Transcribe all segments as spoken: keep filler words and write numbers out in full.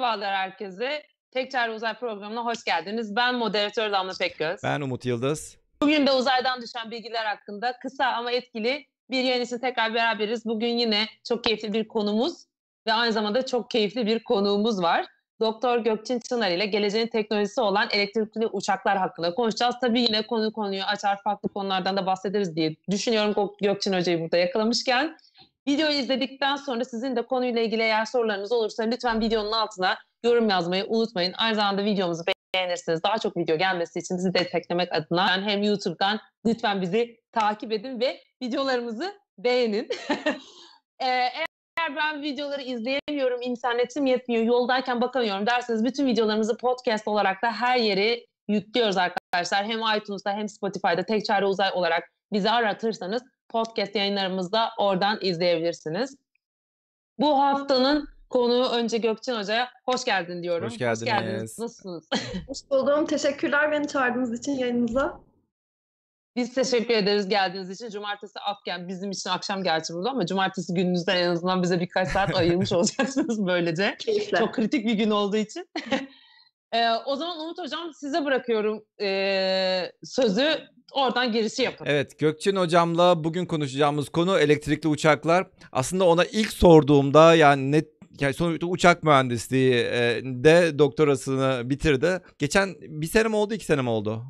Merhabalar herkese. Tek Çare Uzay programına hoş geldiniz. Ben moderatör Damla Pekgöz. Ben Umut Yıldız. Bugün de uzaydan düşen bilgiler hakkında kısa ama etkili bir yayın için tekrar beraberiz. Bugün yine çok keyifli bir konumuz ve aynı zamanda çok keyifli bir konuğumuz var. Doktor Gökçin Çınar ile geleceğin teknolojisi olan elektrikli uçaklar hakkında konuşacağız. Tabii yine konu konuyu açar, farklı konulardan da bahsederiz diye düşünüyorum Gökçin Hoca'yı burada yakalamışken. Videoyu izledikten sonra sizin de konuyla ilgili eğer sorularınız olursa lütfen videonun altına yorum yazmayı unutmayın. Aynı zamanda videomuzu beğenirseniz daha çok video gelmesi için bizi desteklemek adına yani hem YouTube'dan lütfen bizi takip edin ve videolarımızı beğenin. Eğer ben videoları izleyemiyorum, internetim yetmiyor, yoldayken bakamıyorum derseniz bütün videolarımızı podcast olarak da her yere yüklüyoruz arkadaşlar. Hem iTunes'da hem Spotify'da Tek Çare Uzay olarak bizi aratırsanız podcast yayınlarımızda oradan izleyebilirsiniz. Bu haftanın konuğu önce Gökçin Hoca'ya hoş geldin diyorum. Hoş geldiniz. Hoş geldiniz. Nasılsınız? Hoş buldum. Teşekkürler beni çağırdığınız için yayınınıza. Biz teşekkür ederiz geldiğiniz için. Cumartesi afken bizim için akşam gerçi burada ama cumartesi gününüzde en azından bize birkaç saat ayırmış olacaksınız böylece. Keyifle. Çok kritik bir gün olduğu için. ee, o zaman Umut Hocam size bırakıyorum ee, sözü. Oradan girişi yapın. Evet, Gökçin Hocam'la bugün konuşacağımız konu elektrikli uçaklar. Aslında ona ilk sorduğumda yani net yani sonuçta uçak mühendisliği e, de doktorasını bitirdi. Geçen bir sene mi oldu, iki sene mi oldu?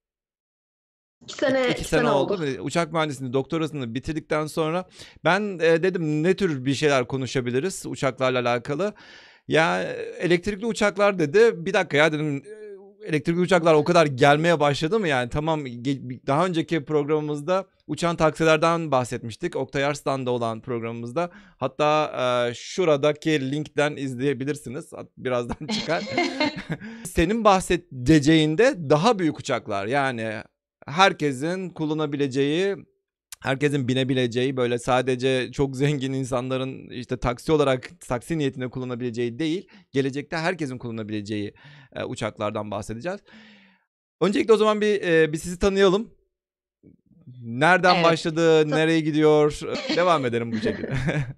İki sene, iki, iki sene, sene oldu. oldu. Uçak mühendisliğini doktorasını bitirdikten sonra ben e, dedim ne tür bir şeyler konuşabiliriz uçaklarla alakalı. Ya elektrikli uçaklar dedi. Bir dakika ya dedim. Elektrikli uçaklar o kadar gelmeye başladı mı yani? Tamam, daha önceki programımızda uçan taksilerden bahsetmiştik. Oktay Arslan'da olan programımızda. Hatta e, şuradaki linkten izleyebilirsiniz. Birazdan çıkar. Senin bahsedeceğinde daha büyük uçaklar, yani herkesin kullanabileceği, herkesin binebileceği, böyle sadece çok zengin insanların işte taksi olarak taksi niyetine kullanabileceği değil, gelecekte herkesin kullanabileceği e, uçaklardan bahsedeceğiz. Öncelikle o zaman bir e, bir sizi tanıyalım. Nereden Evet. başladı, nereye gidiyor? Devam edelim bu şekilde.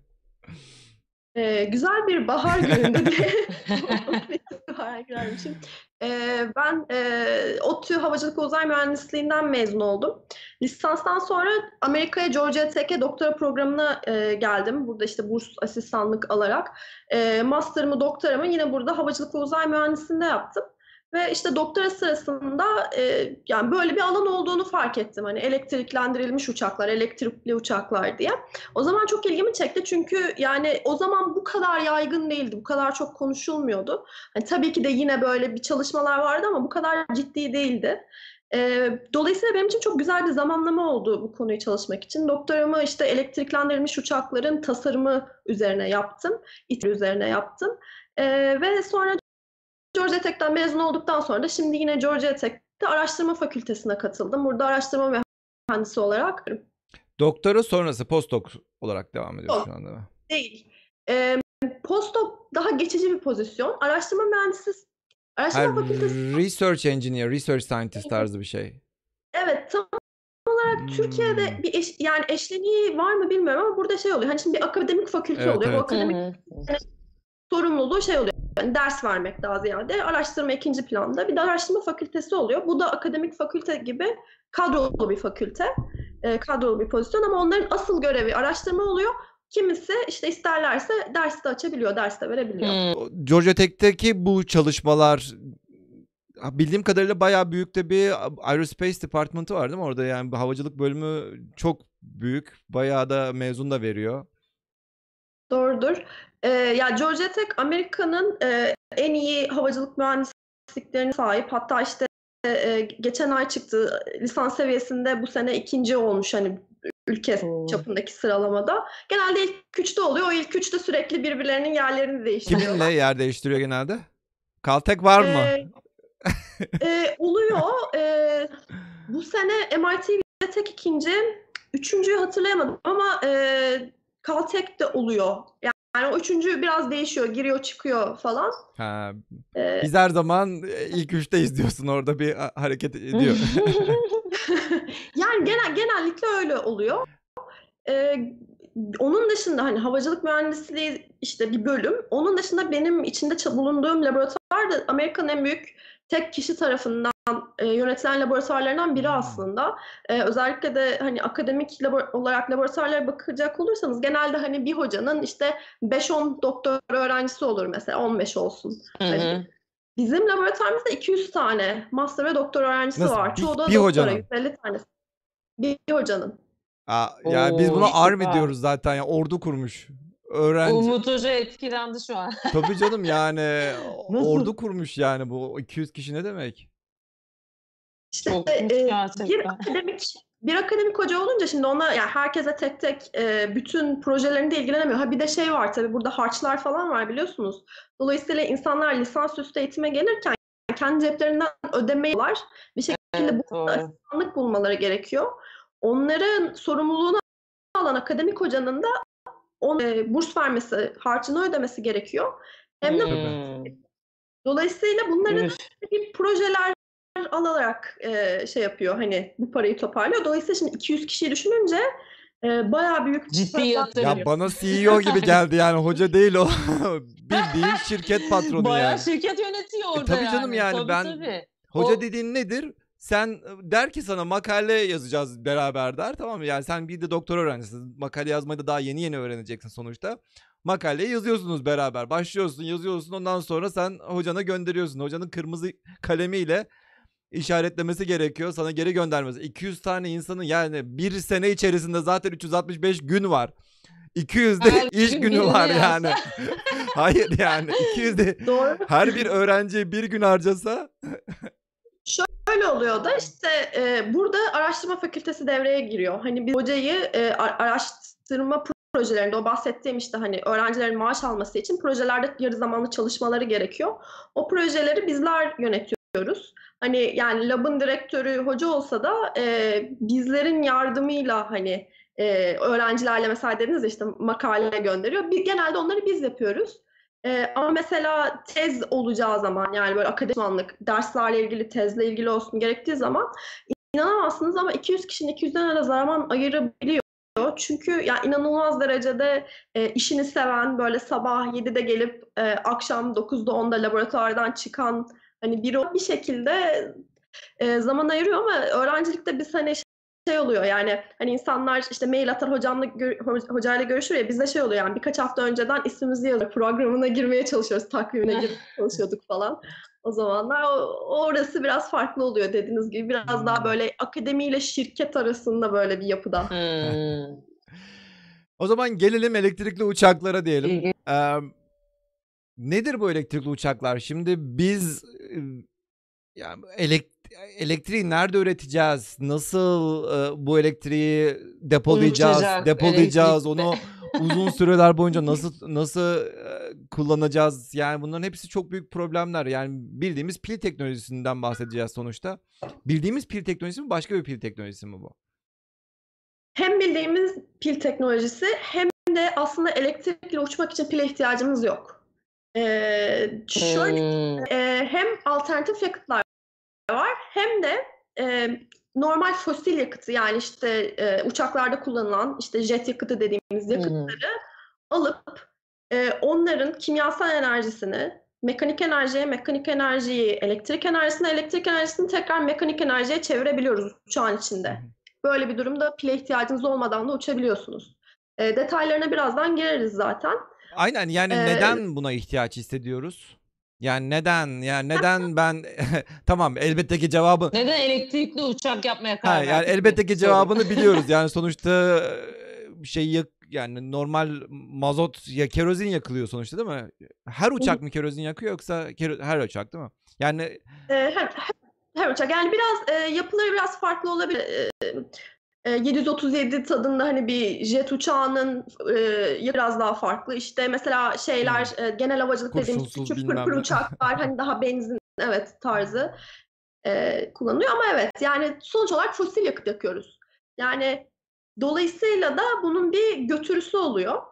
Ee, güzel bir bahar gününde de bahar girermişim. Ee, ben e, ODTÜ Havacılık ve Uzay Mühendisliğinden mezun oldum. Lisanstan sonra Amerika'ya Georgia Tech'e doktora programına e, geldim. Burada işte burs asistanlık alarak. E, master'ımı, doktoramı yine burada Havacılık ve Uzay Mühendisliğinde yaptım. Ve işte doktora sırasında e, yani böyle bir alan olduğunu fark ettim. Hani elektriklendirilmiş uçaklar, elektrikli uçaklar diye. O zaman çok ilgimi çekti çünkü yani o zaman bu kadar yaygın değildi, bu kadar çok konuşulmuyordu. Hani tabii ki de yine böyle bir çalışmalar vardı ama bu kadar ciddi değildi. E, dolayısıyla benim için çok güzel bir zamanlama oldu bu konuyu çalışmak için. Doktoramı işte elektriklendirilmiş uçakların tasarımı üzerine yaptım, İTÜ üzerine yaptım. E, ve sonra Georgia Tech'ten mezun olduktan sonra da şimdi yine Georgia Tech'te araştırma fakültesine katıldım. Burada araştırma mühendisi olarak. Doktora sonrası postdoc olarak devam ediyorsun şu anda. Değil. E, postdoc daha geçici bir pozisyon. Araştırma mühendisi, araştırma Her fakültesi. research engineer, research scientist tarzı bir şey. Evet, tam olarak Hmm. Türkiye'de bir eş, yani eşleniği var mı bilmiyorum ama burada şey oluyor. Hani şimdi bir akademik fakülte Evet, oluyor. evet. Bu akademik sorumluluğu şey oluyor. Yani ders vermek daha ziyade. Araştırma ikinci planda. Bir de araştırma fakültesi oluyor. Bu da akademik fakülte gibi kadrolu bir fakülte. E, kadrolu bir pozisyon ama onların asıl görevi araştırma oluyor. Kimisi işte isterlerse ders de açabiliyor, ders de verebiliyor. Hmm. Georgia Tech'teki bu çalışmalar bildiğim kadarıyla bayağı büyük de bir aerospace department'ı var değil mi orada? Yani bu havacılık bölümü çok büyük. Bayağı da mezun da veriyor. Doğrudur. Ee, ya Georgia Tech Amerika'nın e, en iyi havacılık mühendisliklerine sahip. Hatta işte e, geçen ay çıktı lisans seviyesinde bu sene ikinci olmuş hani ülke Hmm. çapındaki sıralamada. Genelde ilk üçte oluyor. O ilk üçte sürekli birbirlerinin yerlerini değiştiriyorlar. Kiminle yer değiştiriyor genelde? Caltech var mı? Ee, e, oluyor. E, bu sene M I T ve Tech ikinci. Üçüncüyü hatırlayamadım ama e, Caltech de oluyor. Yani, yani o üçüncü biraz değişiyor. Giriyor çıkıyor falan. Ha, Ee, biz her zaman ilk üçteyiz diyorsun, orada bir hareket ediyor. yani genel genellikle öyle oluyor. Ee, onun dışında hani havacılık mühendisliği işte bir bölüm. Onun dışında benim içinde bulunduğum laboratuvar da Amerika'nın en büyük tek kişi tarafından e, yönetilen laboratuvarlarından biri aslında. E, özellikle de hani akademik labor olarak laboratuvarlara bakacak olursanız genelde hani bir hocanın işte beş on doktor öğrencisi olur mesela, on beş olsun. Hı hı. Hani bizim laboratuvarımızda iki yüz tane master ve doktor öğrencisi Nasıl? var. Bir, Çoğu da bir doktora, hocanın. yüz elli tanesi. Bir hocanın. Aa, yani biz Oo, buna army süper. diyoruz zaten ya, ordu kurmuş. Öğrenci. Umut Hoca etkilendi şu an. Tabii canım yani Nasıl? ordu kurmuş yani, bu iki yüz kişi ne demek? İşte Çokmuş e, bir gerçekten. akademik bir akademik hoca olunca şimdi ona yani herkese tek tek e, bütün projelerinde ilgilenemiyor. Ha bir de şey var tabii, burada harçlar falan var biliyorsunuz. Dolayısıyla insanlar lisansüstü eğitime gelirken kendi ceplerinden ödemeyi bir şekilde Evet, burada doğru. asistanlık bulmaları gerekiyor. Onların sorumluluğunu alan akademik hocanın da ona e, burs vermesi, harcını ödemesi gerekiyor. Hem de Hmm. dolayısıyla bunları Üf. bir projeler alarak e, şey yapıyor, hani bu parayı toparlıyor. Dolayısıyla şimdi iki yüz kişiyi düşününce e, bayağı büyük Ciddi paralar yatırım. Ya bana C E O gibi geldi yani, hoca değil o. Bildiğin şirket patronu Bayağı yani. şirket yönetiyor E, orada tabii yani. canım yani Tabii, ben tabii. hoca O- dediğin nedir? Sen der ki sana makale yazacağız beraber der, tamam mı? Yani sen bir de doktor öğrencisin. Makale yazmayı da daha yeni yeni öğreneceksin sonuçta. Makaleyi yazıyorsunuz beraber. Başlıyorsun, yazıyorsun. Ondan sonra sen hocana gönderiyorsun. Hocanın kırmızı kalemiyle işaretlemesi gerekiyor. Sana geri göndermesi. iki yüz tane insanın yani bir sene içerisinde zaten üç yüz altmış beş gün var. iki yüz de Her iş gün günü birini var yazsa. yani. Hayır yani iki yüz de doğru. her bir öğrenciye bir gün harcasa. Şöyle oluyor da işte e, burada araştırma fakültesi devreye giriyor. Hani biz hocayı e, araştırma projelerinde, o bahsettiğim işte hani öğrencilerin maaş alması için projelerde yarı zamanlı çalışmaları gerekiyor. O projeleri bizler yönetiyoruz. Hani yani labın direktörü hoca olsa da e, bizlerin yardımıyla hani e, öğrencilerle mesela dediniz ya işte makale gönderiyor. Biz, genelde onları biz yapıyoruz. Ee, ama mesela tez olacağı zaman, yani böyle akademik uzmanlık, derslerle ilgili, tezle ilgili olsun gerektiği zaman inanamazsınız ama iki yüz kişinin iki yüzden de zaman ayırabiliyor. Çünkü yani inanılmaz derecede e, işini seven, böyle sabah yedide gelip e, akşam dokuzda onda laboratuvardan çıkan hani biri bir şekilde e, zaman ayırıyor ama öğrencilikte biz hani şey oluyor yani hani insanlar işte mail atar, hocamla gö- hocayla görüşür ya, bizde şey oluyor yani birkaç hafta önceden ismimizi yazıyor, programına girmeye çalışıyoruz, takvimine girmeye çalışıyorduk falan. O zamanlar o, orası biraz farklı oluyor dediğiniz gibi, biraz Hmm. daha böyle akademiyle şirket arasında böyle bir yapıda. Hmm. O zaman gelelim elektrikli uçaklara diyelim. İlginç. Ee, nedir bu elektrikli uçaklar? Şimdi biz e, yani elek- elektriği nerede üreteceğiz? Nasıl e, bu elektriği depolayacağız? Unutacak Depolayacağız elektrikte. onu uzun süreler boyunca nasıl nasıl e, kullanacağız? Yani bunların hepsi çok büyük problemler. Yani bildiğimiz pil teknolojisinden bahsedeceğiz sonuçta. Bildiğimiz pil teknolojisi mi, başka bir pil teknolojisi mi bu? Hem bildiğimiz pil teknolojisi hem de aslında elektrikle uçmak için pile ihtiyacımız yok. Ee, şöyle Hmm. e, hem alternatif yakıtlar var hem de e, normal fosil yakıtı, yani işte e, uçaklarda kullanılan işte jet yakıtı dediğimiz yakıtları alıp e, onların kimyasal enerjisini mekanik enerjiye, mekanik enerjiyi elektrik enerjisine, elektrik enerjisini tekrar mekanik enerjiye çevirebiliyoruz uçağın içinde. Böyle bir durumda pile ihtiyacınız olmadan da uçabiliyorsunuz. E, detaylarına birazdan gireriz zaten. Aynen yani Ee, neden buna ihtiyaç hissediyoruz? Yani neden? Yani neden ben tamam elbette ki cevabı Neden elektrikli uçak yapmaya ha karar yani verdik? elbette ki Soru. cevabını biliyoruz. Yani sonuçta e, şey yak yani normal mazot ya kerozin yakılıyor sonuçta değil mi? Her uçak mı kerozin yakıyor yoksa kero- her uçak değil mi? Yani e, her, her, her uçak yani biraz e, yapıları biraz farklı olabilir. E, e, yedi yüz otuz yedi tadında hani bir jet uçağının e, biraz daha farklı. İşte mesela şeyler hmm, e, genel havacılık dediğimiz kurşunsuz küçük pırpır bilmem ne. uçaklar hani daha benzin evet tarzı e, kullanılıyor ama evet yani sonuç olarak fosil yakıt yakıyoruz. Yani dolayısıyla da bunun bir götürüsü oluyor.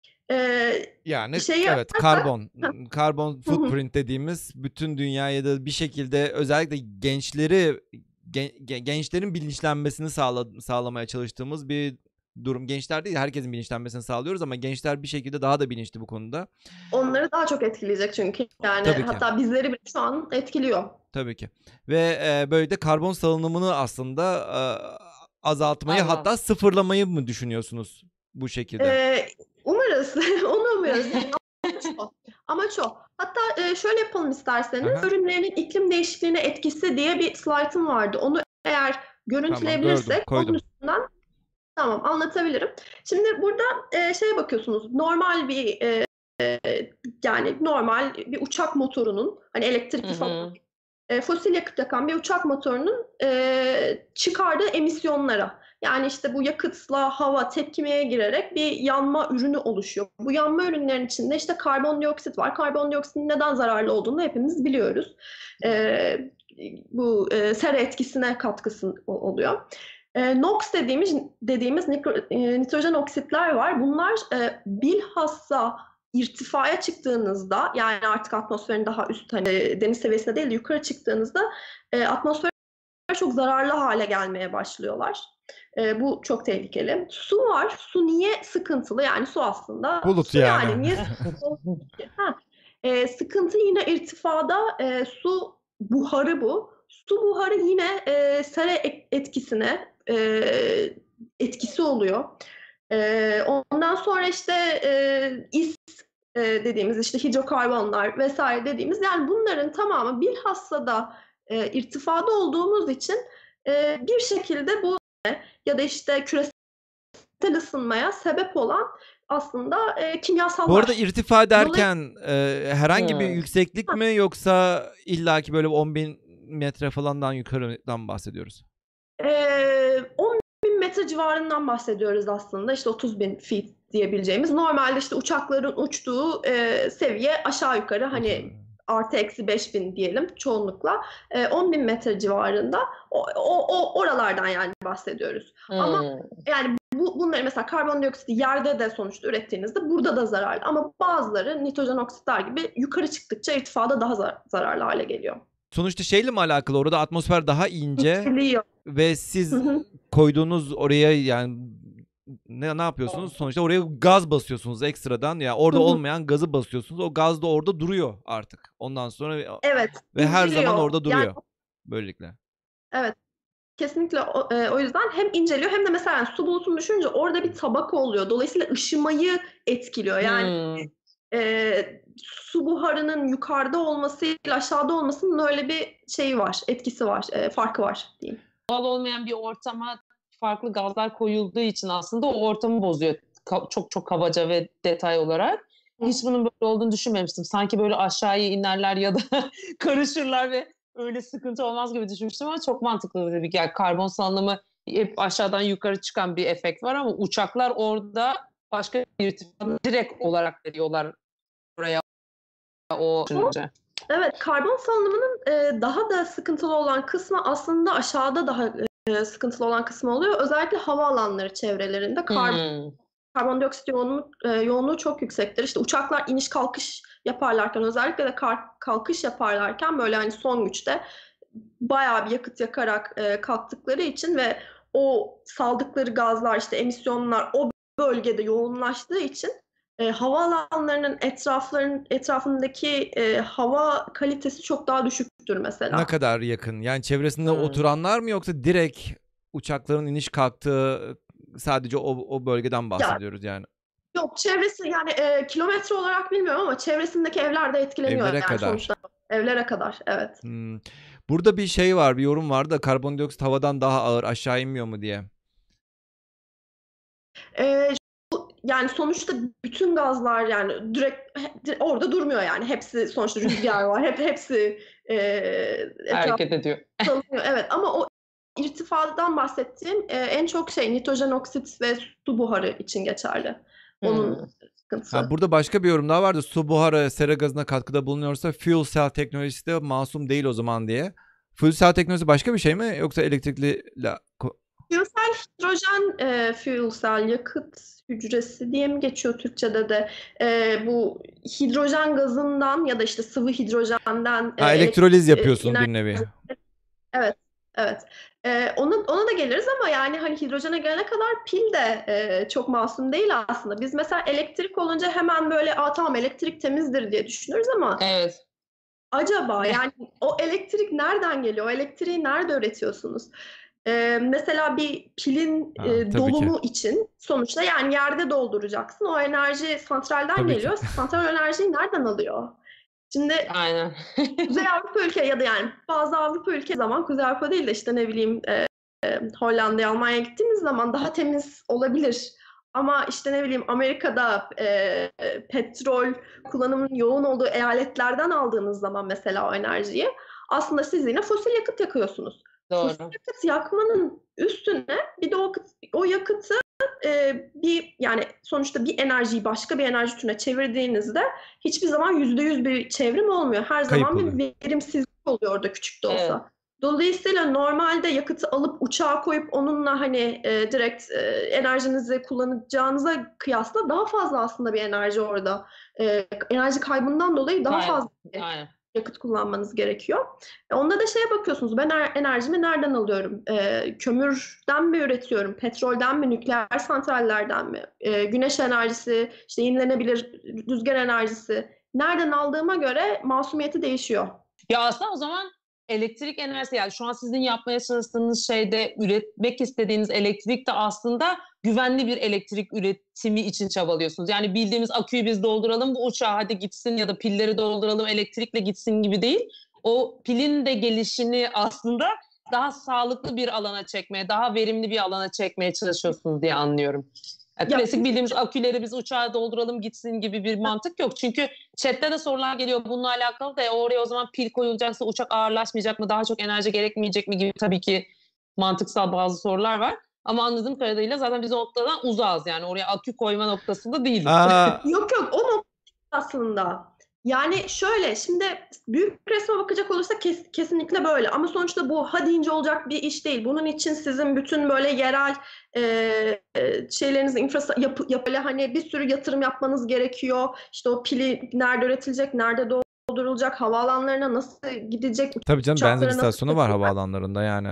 E, Yani şeyi evet karbon, Heh, karbon hı hı. footprint dediğimiz bütün dünyaya da bir şekilde özellikle gençleri gen- gen- gençlerin bilinçlenmesini sağla- sağlamaya çalıştığımız bir durum. Gençler değil, herkesin bilinçlenmesini sağlıyoruz ama gençler bir şekilde daha da bilinçli bu konuda. Onları daha çok etkileyecek çünkü. Yani Tabii ki. hatta bizleri bile şu an etkiliyor. Tabii ki. Ve e, böyle de karbon salınımını aslında e, azaltmayı Azalt. hatta sıfırlamayı mı düşünüyorsunuz bu şekilde? Ee, umarız. Onu umuyoruz. Yani amaç o. Amaç o. Hatta e, şöyle yapalım isterseniz. Aha. Ürünlerinin iklim değişikliğine etkisi diye bir slaytım vardı. Onu eğer Tamam, görüntüleyebilirsek gördüm, onun koydum. üstünden tamam anlatabilirim. Şimdi burada e, şeye bakıyorsunuz. Normal bir e, e, yani normal bir uçak motorunun hani Hı elektrikli falan hı. e, fosil yakıt yakan bir uçak motorunun e, çıkardığı emisyonlara. Yani işte bu yakıtla hava tepkimeye girerek bir yanma ürünü oluşuyor. Bu yanma ürünlerin içinde işte karbondioksit var. Karbondioksitin neden zararlı olduğunu hepimiz biliyoruz. E, bu e, sera etkisine katkısı o- oluyor. E, NOx dediğimiz dediğimiz nikro- e, nitrojen oksitler var. Bunlar e, bilhassa irtifaya çıktığınızda, yani artık atmosferin daha üst hani deniz seviyesine değil de yukarı çıktığınızda e, atmosfere çok zararlı hale gelmeye başlıyorlar. E, bu çok tehlikeli. Su var. Su niye sıkıntılı? Yani su aslında Bulut su yani. yani. Niye sıkıntılı? Ha. E, sıkıntı yine irtifada. E, su buharı bu. Su buharı yine e, sera etkisine e, etkisi oluyor. E, ondan sonra işte e, is e, dediğimiz işte hidrokarbonlar vesaire dediğimiz, yani bunların tamamı bilhassa da e, irtifada olduğumuz için e, bir şekilde bu ya da işte küresel ısınmaya sebep olan aslında e, Bu arada kimyasallar. irtifa Dolayısıyla derken e, herhangi bir Hı. yükseklik mi yoksa illaki böyle on bin metre falandan yukarıdan bahsediyoruz? e, on bin metre civarından bahsediyoruz aslında. İşte otuz bin feet diyebileceğimiz. Normalde işte uçakların uçtuğu e, seviye aşağı yukarı hani artı eksi beş bin diyelim çoğunlukla. E, on bin metre civarında. O, o, o oralardan yani bahsediyoruz. Ama Hı. yani bu, bunları mesela karbondioksiti yerde de sonuçta ürettiğinizde burada da zararlı. Ama bazıları nitrojen oksitler gibi yukarı çıktıkça irtifada daha zar- zararlı hale geliyor. Sonuçta şeyle mi alakalı? Orada atmosfer daha ince İçiliyor. ve siz koyduğunuz oraya yani ne ne yapıyorsunuz? Sonuçta oraya gaz basıyorsunuz ekstradan. Yani orada Hı hı. olmayan gazı basıyorsunuz. O gaz da orada duruyor artık. Ondan sonra Evet. ve her zaman inceliyor. orada duruyor. Yani Böylelikle. evet. Kesinlikle o, e, o yüzden hem inceliyor hem de mesela yani su bulutunu düşününce orada bir tabaka oluyor. Dolayısıyla ışımayı etkiliyor. Yani Hı. e, su buharının yukarıda olmasıyla aşağıda olmasının öyle bir şeyi var, etkisi var, e, farkı var diyeyim. Doğal olmayan bir ortama farklı gazlar koyulduğu için aslında o ortamı bozuyor. Ka- çok çok kabaca ve detay olarak. Hiç bunun böyle olduğunu düşünmemiştim. Sanki böyle aşağıya inerler ya da karışırlar ve öyle sıkıntı olmaz gibi düşünmüştüm ama çok mantıklı tabii ki. Yani karbon salınımı hep aşağıdan yukarı çıkan bir efekt var ama uçaklar orada başka bir irtifa direkt olarak veriyorlar oraya o düşünce. Evet, karbon salınımının e, daha da sıkıntılı olan kısmı aslında aşağıda daha e, sıkıntılı olan kısmı oluyor. Özellikle havaalanları çevrelerinde kar Hmm. karbondioksit yoğunluğu, e, yoğunluğu çok yüksektir. İşte uçaklar iniş kalkış yaparlarken, özellikle de kar, kalkış yaparlarken böyle hani son güçte bayağı bir yakıt yakarak e, kalktıkları için ve o saldıkları gazlar, işte emisyonlar o bölgede yoğunlaştığı için e, havaalanlarının etrafların etrafındaki e, hava kalitesi çok daha düşüktür Ne mesela. kadar yakın? Yani çevresinde Hmm. oturanlar mı yoksa direkt uçakların iniş kalktığı sadece o, o bölgeden bahsediyoruz yani. Yok, çevresi yani e, kilometre olarak bilmiyorum ama çevresindeki evler de etkileniyor Evlere yani kadar. sonuçta. Evlere kadar, evet. Hmm. Burada bir şey var, bir yorum var da karbondioksit havadan daha ağır, aşağı inmiyor mu diye. E, şu, yani sonuçta bütün gazlar yani direkt, direkt orada durmuyor yani. Hepsi sonuçta rüzgar var. Hep hepsi e, etrafta Hareket ediyor. salınıyor. Evet, ama o irtifadan bahsettiğim e, en çok şey nitrojen oksit ve su buharı için geçerli. Onun Hmm. sıkıntısı. Ha, burada başka bir yorum daha vardı. Su buharı sera gazına katkıda bulunuyorsa fuel cell teknolojisi de masum değil o zaman diye. Fuel cell teknolojisi başka bir şey mi yoksa elektrikli la... Fuel cell hidrojen e, fuel cell yakıt hücresi diye mi geçiyor Türkçe'de de e, bu hidrojen gazından ya da işte sıvı hidrojenden ha, e, elektroliz elektrik, yapıyorsun e, bir nevi. Evet, evet. Ee, ona, ona da geliriz ama yani hani hidrojene gelene kadar pil de e, çok masum değil aslında. Biz mesela elektrik olunca hemen böyle aa tamam elektrik temizdir diye düşünürüz ama Evet. acaba yani o elektrik nereden geliyor? O elektriği nerede üretiyorsunuz? Ee, mesela bir pilin Ha, e, tabii ki. dolumu için sonuçta yani yerde dolduracaksın. O enerji santralden Tabii ki. geliyor. Santral enerjiyi nereden alıyor? Şimdi Aynen. Kuzey Avrupa ülke ya da yani bazı Avrupa ülke zaman Kuzey Avrupa değil de işte ne bileyim e, e, Hollanda'ya, Almanya'ya gittiğiniz zaman daha temiz olabilir. Ama işte ne bileyim Amerika'da e, e, petrol kullanımının yoğun olduğu eyaletlerden aldığınız zaman mesela o enerjiyi aslında siz yine fosil yakıt yakıyorsunuz. Fosil Doğru. yakıt yakmanın üstüne bir de o, o yakıtı e, bir yani sonuçta bir enerjiyi başka bir enerji türüne çevirdiğinizde hiçbir zaman yüzde yüz bir çevrim olmuyor. Her Kayıp zaman bir oluyor. verimsizlik oluyor orada küçük de Evet. olsa. Dolayısıyla normalde yakıtı alıp uçağa koyup onunla hani e, direkt e, enerjinizi kullanacağınıza kıyasla daha fazla aslında bir enerji orada. E, enerji kaybından dolayı daha Aynen. fazla Aynen. yakıt kullanmanız gerekiyor. E, onda da şeye bakıyorsunuz, ben er- enerjimi nereden alıyorum? E, kömürden mi üretiyorum? Petrolden mi? Nükleer santrallerden mi? E, güneş enerjisi, işte yenilenebilir rüzgar enerjisi. Nereden aldığıma göre masumiyeti değişiyor. Ya aslında o zaman elektrik enerjisi yani şu an sizin yapmaya çalıştığınız şeyde üretmek istediğiniz elektrik de aslında güvenli bir elektrik üretimi için çabalıyorsunuz. Yani bildiğimiz aküyü biz dolduralım bu uçağa hadi gitsin ya da pilleri dolduralım elektrikle gitsin gibi değil. O pilin de gelişini aslında daha sağlıklı bir alana çekmeye, daha verimli bir alana çekmeye çalışıyorsunuz diye anlıyorum. Yani Ya, klasik bildiğimiz aküleri biz uçağa dolduralım gitsin gibi bir mantık yok. Çünkü chatte de sorular geliyor bununla alakalı da oraya o zaman pil koyulacaksa uçak ağırlaşmayacak mı, daha çok enerji gerekmeyecek mi gibi tabii ki mantıksal bazı sorular var. Ama anladığım kadarıyla zaten biz o noktadan uzağız yani oraya akü koyma noktasında değiliz. Aa, yok yok o nokta aslında. Yani şöyle şimdi büyük resme bakacak olursak kes, kesinlikle böyle ama sonuçta bu ha deyince olacak bir iş değil. Bunun için sizin bütün böyle yerel e, e, şeyleriniz infrastruktür yapı, yap, böyle hani bir sürü yatırım yapmanız gerekiyor. İşte o pili nerede üretilecek, nerede doldurulacak, havaalanlarına nasıl gidecek, tabii canım benzin uçaklara nasıl istasyonu var taşınacak. havaalanlarında yani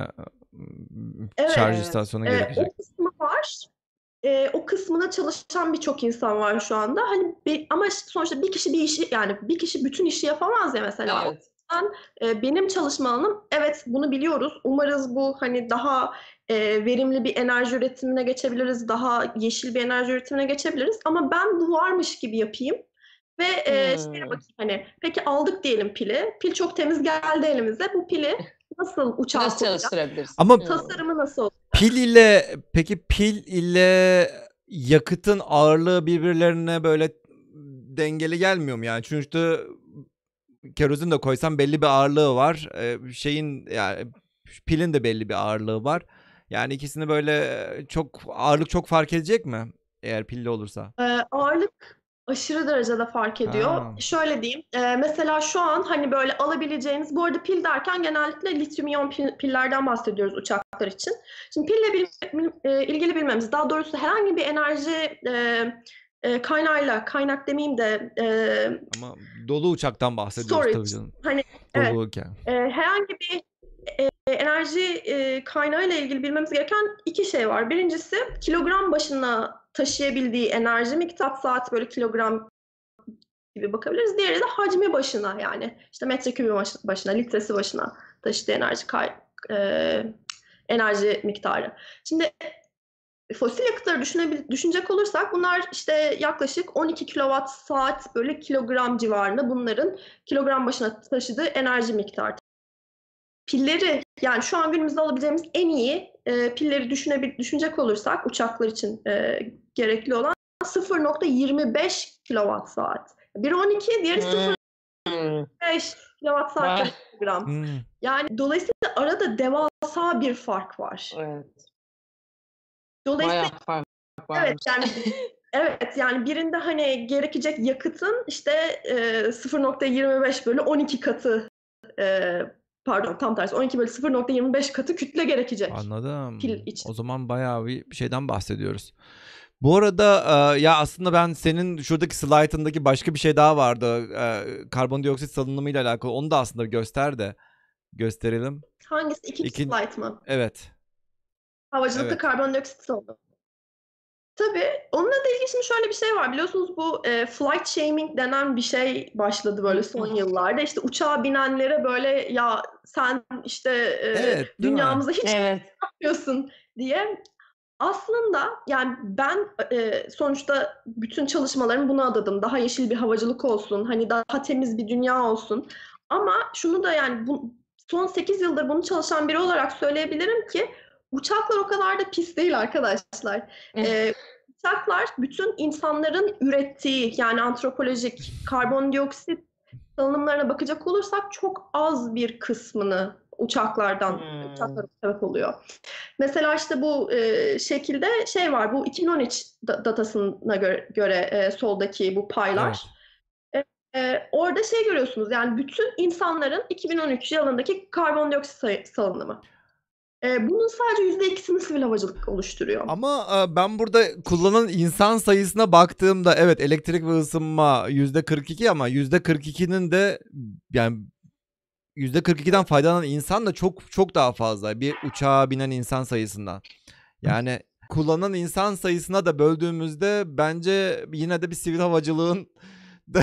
Evet, şarj istasyonu e, gerekecek. o kısmı var. E, o kısmına çalışan birçok insan var şu anda. Hani bir, ama sonuçta bir kişi bir işi yani bir kişi bütün işi yapamaz ya mesela. Evet. O yüzden e, benim çalışma alanım evet bunu biliyoruz. Umarız bu hani daha e, verimli bir enerji üretimine geçebiliriz. Daha yeşil bir enerji üretimine geçebiliriz. Ama ben bu varmış gibi yapayım. Ve e, Hmm. şeye bakayım hani peki aldık diyelim pili. Pil çok temiz geldi elimize. Bu pili nasıl uçağa Nasıl koyacağız? çalıştırabiliriz? Ama Hmm. Tasarımı nasıl olacak? pil ile peki pil ile yakıtın ağırlığı birbirlerine böyle dengeli gelmiyor mu yani? Çünkü kerozin de koysam belli bir ağırlığı var. Ee, şeyin yani pilin de belli bir ağırlığı var. Yani ikisini böyle çok ağırlık çok fark edecek mi? Eğer pilli olursa. Ee, ağırlık aşırı derecede fark ediyor. Ha. Şöyle diyeyim, e, mesela şu an hani böyle alabileceğiniz, bu arada pil derken genellikle lityum iyon pil- pillerden bahsediyoruz uçaklar için. Şimdi pille bil- e, ilgili bilmemiz, daha doğrusu herhangi bir enerji e, e, kaynağıyla, kaynak demeyeyim de e, Ama dolu uçaktan bahsediyoruz storage, tabii canım. hani evet, Doluyken. e, herhangi bir e, enerji e, kaynağıyla ilgili bilmemiz gereken iki şey var. Birincisi kilogram başına taşıyabildiği enerji miktar, saat böyle kilogram gibi bakabiliriz. Diğeri de hacmi başına yani işte metrekübü başına, litresi başına taşıdığı enerji kay, e, enerji miktarı. Şimdi fosil yakıtları düşünebil- düşünecek olursak bunlar işte yaklaşık on iki kilowatt saat böyle kilogram civarında bunların kilogram başına taşıdığı enerji miktarı. Pilleri yani şu an günümüzde alabileceğimiz en iyi e, pilleri düşünebil- düşünecek olursak uçaklar için e, gerekli olan sıfır nokta yirmi beş kilowatt saat. Biri on iki, diğeri Hmm. sıfır nokta beş kilowatt saat Vay. kilogram. Hmm. Yani dolayısıyla arada devasa bir fark var. Evet. Dolayısıyla Bayağı fark evet varmış. yani evet yani birinde hani gerekecek yakıtın işte e, sıfır nokta yirmi beş bölü on iki katı e, pardon tam tersi on iki bölü sıfır nokta yirmi beş katı kütle gerekecek Anladım. pil için. O zaman bayağı bir şeyden bahsediyoruz. Bu arada e, ya aslında ben senin şuradaki slaytındaki başka bir şey daha vardı. E, karbondioksit salınımıyla alakalı. Onu da aslında göster de gösterelim. Hangisi? İkinci İkin... slide mı? Evet. Havacılıkta Evet. karbondioksit salınımı. Tabii. Onunla da ilgili şimdi şöyle bir şey var. Biliyorsunuz bu e, flight shaming denen bir şey başladı böyle son yıllarda. İşte uçağa binenlere böyle ya sen işte e, Evet, değil mi? dünyamıza hiç Evet. yapmıyorsun diye. Aslında yani ben e, sonuçta bütün çalışmalarımı buna adadım. Daha yeşil bir havacılık olsun, hani daha temiz bir dünya olsun. Ama şunu da yani bu, son sekiz yıldır bunu çalışan biri olarak söyleyebilirim ki uçaklar o kadar da pis değil arkadaşlar. E, uçaklar bütün insanların ürettiği yani antropolojik karbondioksit salınımlarına bakacak olursak çok az bir kısmını uçaklardan Hmm. uçaklara sebep oluyor. Mesela işte bu e, şekilde şey var, bu iki bin on üç da- datasına göre, göre e, soldaki bu paylar. Evet. E, e, orada şey görüyorsunuz yani bütün insanların iki bin on üç yılındaki karbondioksit say- salınımı. E, bunun sadece yüzde ikisini sivil havacılık oluşturuyor. Ama e, ben burada kullanılan insan sayısına baktığımda evet elektrik ve ısınma yüzde kırk iki ama yüzde kırk ikinin de yani yüzde kırk ikiden faydalanan insan da çok çok daha fazla bir uçağa binen insan sayısından. Yani kullanan insan sayısına da böldüğümüzde bence yine de bir sivil havacılığın da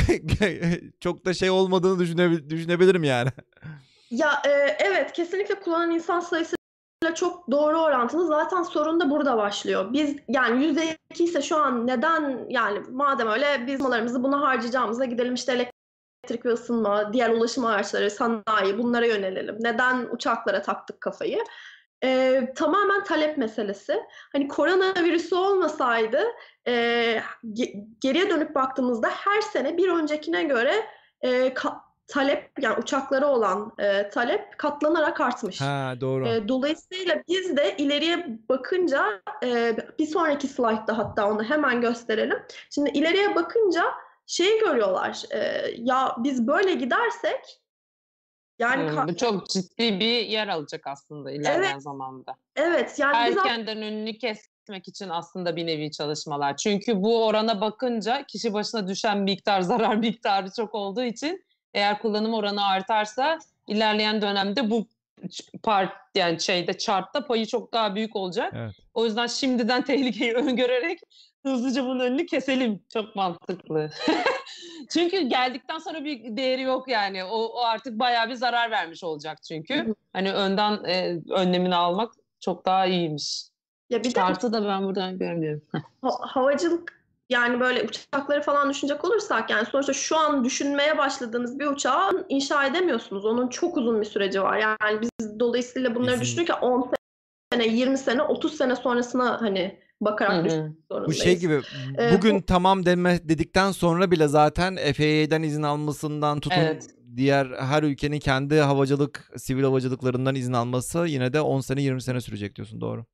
çok da şey olmadığını düşünebil- düşünebilirim yani. Ya e, evet kesinlikle kullanan insan sayısıyla çok doğru orantılı. Zaten sorun da burada başlıyor. Biz yani yüzde iki ise şu an neden yani madem öyle biz mallarımızı buna harcayacağımıza gidelim işte elektrik ve ısınma, diğer ulaşım araçları, sanayi bunlara yönelelim. Neden uçaklara taktık kafayı? Ee, tamamen talep meselesi. Hani koronavirüsü olmasaydı e, ge- geriye dönüp baktığımızda her sene bir öncekine göre e, ka- talep yani uçaklara olan e, talep katlanarak artmış. Ha doğru. E, dolayısıyla biz de ileriye bakınca e, bir sonraki slaytta hatta onu hemen gösterelim. Şimdi ileriye bakınca şeyi görüyorlar. E, ya biz böyle gidersek yani Hmm, ka- bu çok ciddi bir yer alacak aslında ilerleyen evet zamanda. evet yani biz Erkenden önünü kesmek için aslında bir nevi çalışmalar. Çünkü bu orana bakınca kişi başına düşen miktar, zarar miktarı çok olduğu için eğer kullanım oranı artarsa ilerleyen dönemde bu part yani şeyde chartta payı çok daha büyük olacak. Evet. O yüzden şimdiden tehlikeyi öngörerek hızlıca bunun önünü keselim. Çok mantıklı. Çünkü geldikten sonra bir değeri yok yani. O, o artık bayağı bir zarar vermiş olacak çünkü. Hani önden e, önlemini almak çok daha iyiymiş. ya bir de Chart'ı da ben buradan görmüyorum. ha- havacılık yani böyle uçakları falan düşünecek olursak yani sonuçta şu an düşünmeye başladığınız bir uçağı inşa edemiyorsunuz. Onun çok uzun bir süreci var. Yani biz dolayısıyla bunları İzin- düşünürken on sene, yirmi sene, otuz sene sonrasına hani Hı bakarak düşünmek hı. Bu zorundayız. şey gibi Ee, bugün bu tamam deme dedikten sonra bile zaten F A A'den izin almasından tutun Evet. diğer her ülkenin kendi havacılık, sivil havacılıklarından izin alması yine de on sene yirmi sene sürecek diyorsun doğru.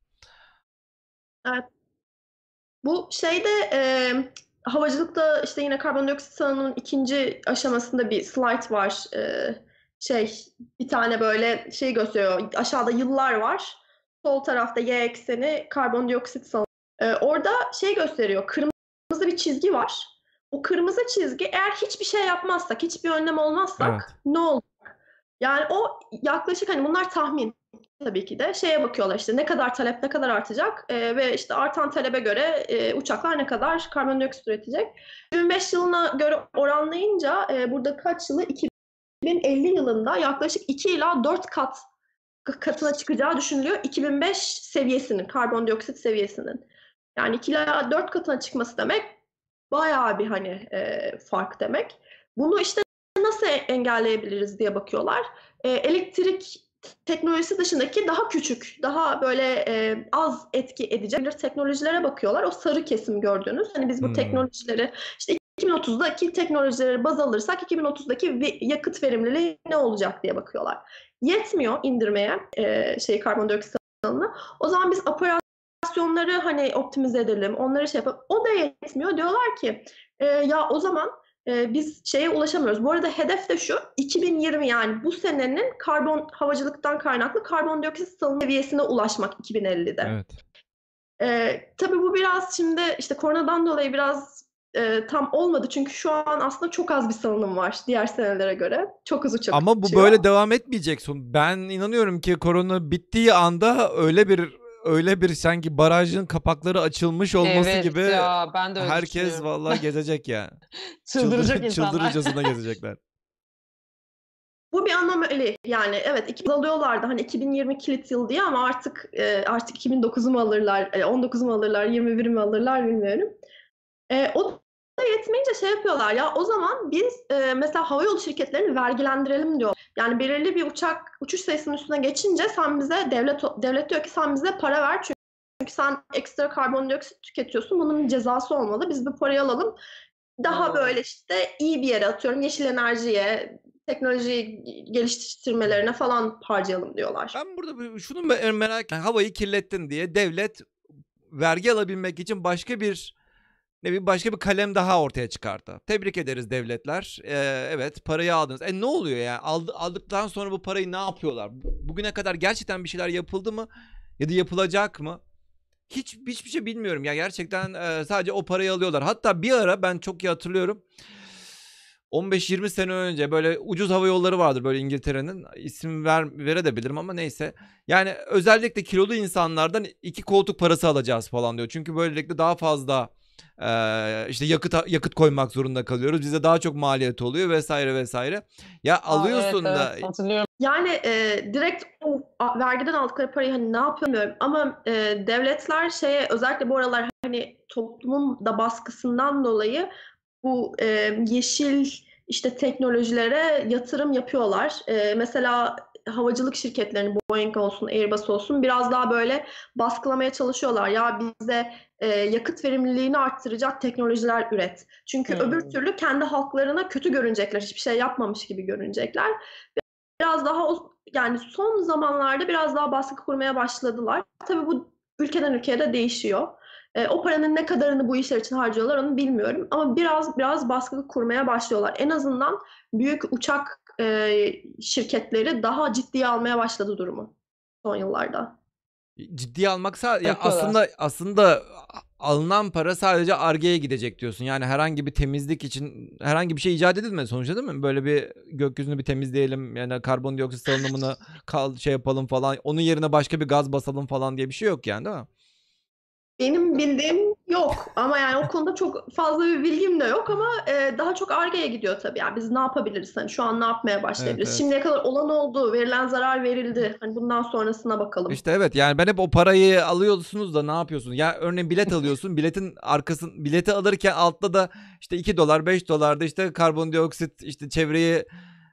evet. Bu şeyde e, havacılıkta işte yine karbondioksit salınımının ikinci aşamasında bir slide var. E, şey bir tane böyle şey gösteriyor. Aşağıda yıllar var. Sol tarafta y ekseni karbondioksit salınımı. E, orada şey gösteriyor. Kırmızı bir çizgi var. O kırmızı çizgi eğer hiçbir şey yapmazsak, hiçbir önlem olmazsak Evet. ne olur? Yani o yaklaşık hani bunlar tahmin tabii ki de şeye bakıyorlar işte ne kadar talep ne kadar artacak e, ve işte artan talebe göre e, uçaklar ne kadar karbondioksit üretecek. iki bin beş yılına göre oranlayınca e, burada kaç yılı iki bin elli yılında yaklaşık iki ila dört kat katına çıkacağı düşünülüyor iki bin beş seviyesinin karbondioksit seviyesinin. Yani iki ila dört katına çıkması demek bayağı bir hani e, fark demek. Bunu işte nasıl engelleyebiliriz diye bakıyorlar. E, elektrik teknolojisi dışındaki daha küçük, daha böyle e, az etki edecek teknolojilere bakıyorlar. O sarı kesim gördüğünüz. Hani biz bu Hmm. teknolojileri işte iki bin otuzdaki teknolojileri baz alırsak iki bin otuzdaki yakıt verimliliği ne olacak diye bakıyorlar. Yetmiyor indirmeye e, şey karbondioksit salınımını. O zaman biz operasyonları hani optimize edelim, onları şey yapalım. O da yetmiyor. Diyorlar ki e, ya o zaman e, biz şeye ulaşamıyoruz. Bu arada hedef de şu, iki bin yirmi yani bu senenin karbon havacılıktan kaynaklı karbondioksit salınım seviyesine ulaşmak iki bin ellide. Evet. E, tabii bu biraz şimdi işte koronadan dolayı biraz e, tam olmadı. Çünkü şu an aslında çok az bir salınım var diğer senelere göre. Çok az uçak Ama bu uçuyor. böyle devam etmeyecek. Son- Ben inanıyorum ki korona bittiği anda öyle bir öyle bir sanki barajın kapakları açılmış olması Evet gibi ya, ben de öyle herkes düşünüyorum. vallahi gezecek ya. Çıldıracak Çıldır, insanlar. çıldırıcasına gezecekler. Bu bir anomali yani, evet, iki bin alıyorlardı hani iki bin yirmi kilit yıl diye, ama artık e, artık iki bin dokuzu mu alırlar, e, on dokuzu mu alırlar, yirmi bir mi alırlar bilmiyorum. E, o da yetmeyince şey yapıyorlar ya, o zaman biz e, mesela havayolu şirketlerini vergilendirelim diyor. Yani belirli bir uçak uçuş sayısının üstüne geçince sen bize devlet devlet diyor ki sen bize para ver, çünkü çünkü sen ekstra karbondioksit tüketiyorsun. Bunun bir cezası olmalı. Biz bu parayı alalım. Daha Oo. böyle işte iyi bir yere, atıyorum yeşil enerjiye, teknoloji geliştirmelerine falan harcayalım diyorlar. Ben burada bir- şunu me- merak ediyorum. Havayı kirlettin diye devlet vergi alabilmek için başka bir ne bileyim başka bir kalem daha ortaya çıkarttı. Tebrik ederiz devletler. Ee, evet, parayı aldınız. E ne oluyor yani? Aldı, aldıktan sonra bu parayı ne yapıyorlar? Bugüne kadar gerçekten bir şeyler yapıldı mı? Ya da yapılacak mı? Hiç hiçbir şey bilmiyorum ya, gerçekten e, sadece o parayı alıyorlar. Hatta bir ara ben çok iyi hatırlıyorum. on beş yirmi sene önce böyle ucuz hava yolları vardır böyle İngiltere'nin. İsim ver, verebilirim ama neyse. Yani özellikle kilolu insanlardan iki koltuk parası alacağız falan diyor. Çünkü böylelikle daha fazla e, işte yakıt yakıt koymak zorunda kalıyoruz. Bize daha çok maliyet oluyor vesaire vesaire. Ya Aa, evet alıyorsun da evet hatırlıyorum. Yani e, direkt o a- vergiden aldıkları parayı hani ne yapıyor bilmiyorum, ama e, devletler şeye, özellikle bu aralar hani toplumun da baskısından dolayı bu e, yeşil işte teknolojilere yatırım yapıyorlar. E, mesela havacılık şirketlerini, Boeing olsun, Airbus olsun, biraz daha böyle baskılamaya çalışıyorlar. Ya bize e, yakıt verimliliğini arttıracak teknolojiler üret. Çünkü Hmm. öbür türlü kendi halklarına kötü görünecekler, hiçbir şey yapmamış gibi görünecekler. Biraz daha o, yani son zamanlarda biraz daha baskı kurmaya başladılar. Tabii bu ülkeden ülkeye de değişiyor. E, o paranın ne kadarını bu işler için harcıyorlar onu bilmiyorum. Ama biraz biraz baskı kurmaya başlıyorlar. En azından büyük uçak e, şirketleri daha ciddiye almaya başladı durumu son yıllarda. ciddiye almak sa- ya Yapıyorlar. aslında aslında alınan para sadece Ar-Ge'ye gidecek diyorsun. Yani herhangi bir temizlik için herhangi bir şey icat edilmedi sonuçta, değil mi? Böyle bir gökyüzünü bir temizleyelim, yani karbondioksit salınımını kal şey yapalım falan. Onun yerine başka bir gaz basalım falan diye bir şey yok yani, değil mi? Benim bildiğim yok, ama yani o konuda çok fazla bir bilgim de yok, ama e, daha çok Ar-Ge'ye gidiyor tabii. Yani biz ne yapabiliriz? Hani şu an ne yapmaya başlayabiliriz? Evet, evet. Şimdiye kadar olan oldu, verilen zarar verildi. Hani bundan sonrasına bakalım. İşte evet, yani ben hep o parayı alıyorsunuz da ne yapıyorsun? Ya örneğin bilet alıyorsun. Biletin arkasın bileti alırken altta da işte iki dolar beş dolar da işte karbondioksit, işte çevreye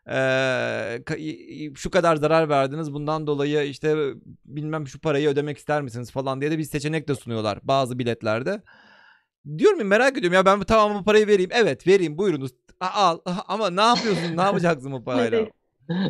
eee, ka- şu kadar zarar verdiniz. Bundan dolayı işte bilmem şu parayı ödemek ister misiniz falan diye de bir seçenek de sunuyorlar bazı biletlerde. Diyorum ya, merak ediyorum ya, ben bu- tamam bu parayı vereyim. Evet, vereyim, buyurunuz. A- Al ama ne yapıyorsun? Ne yapacaksın bu parayla? Nereye?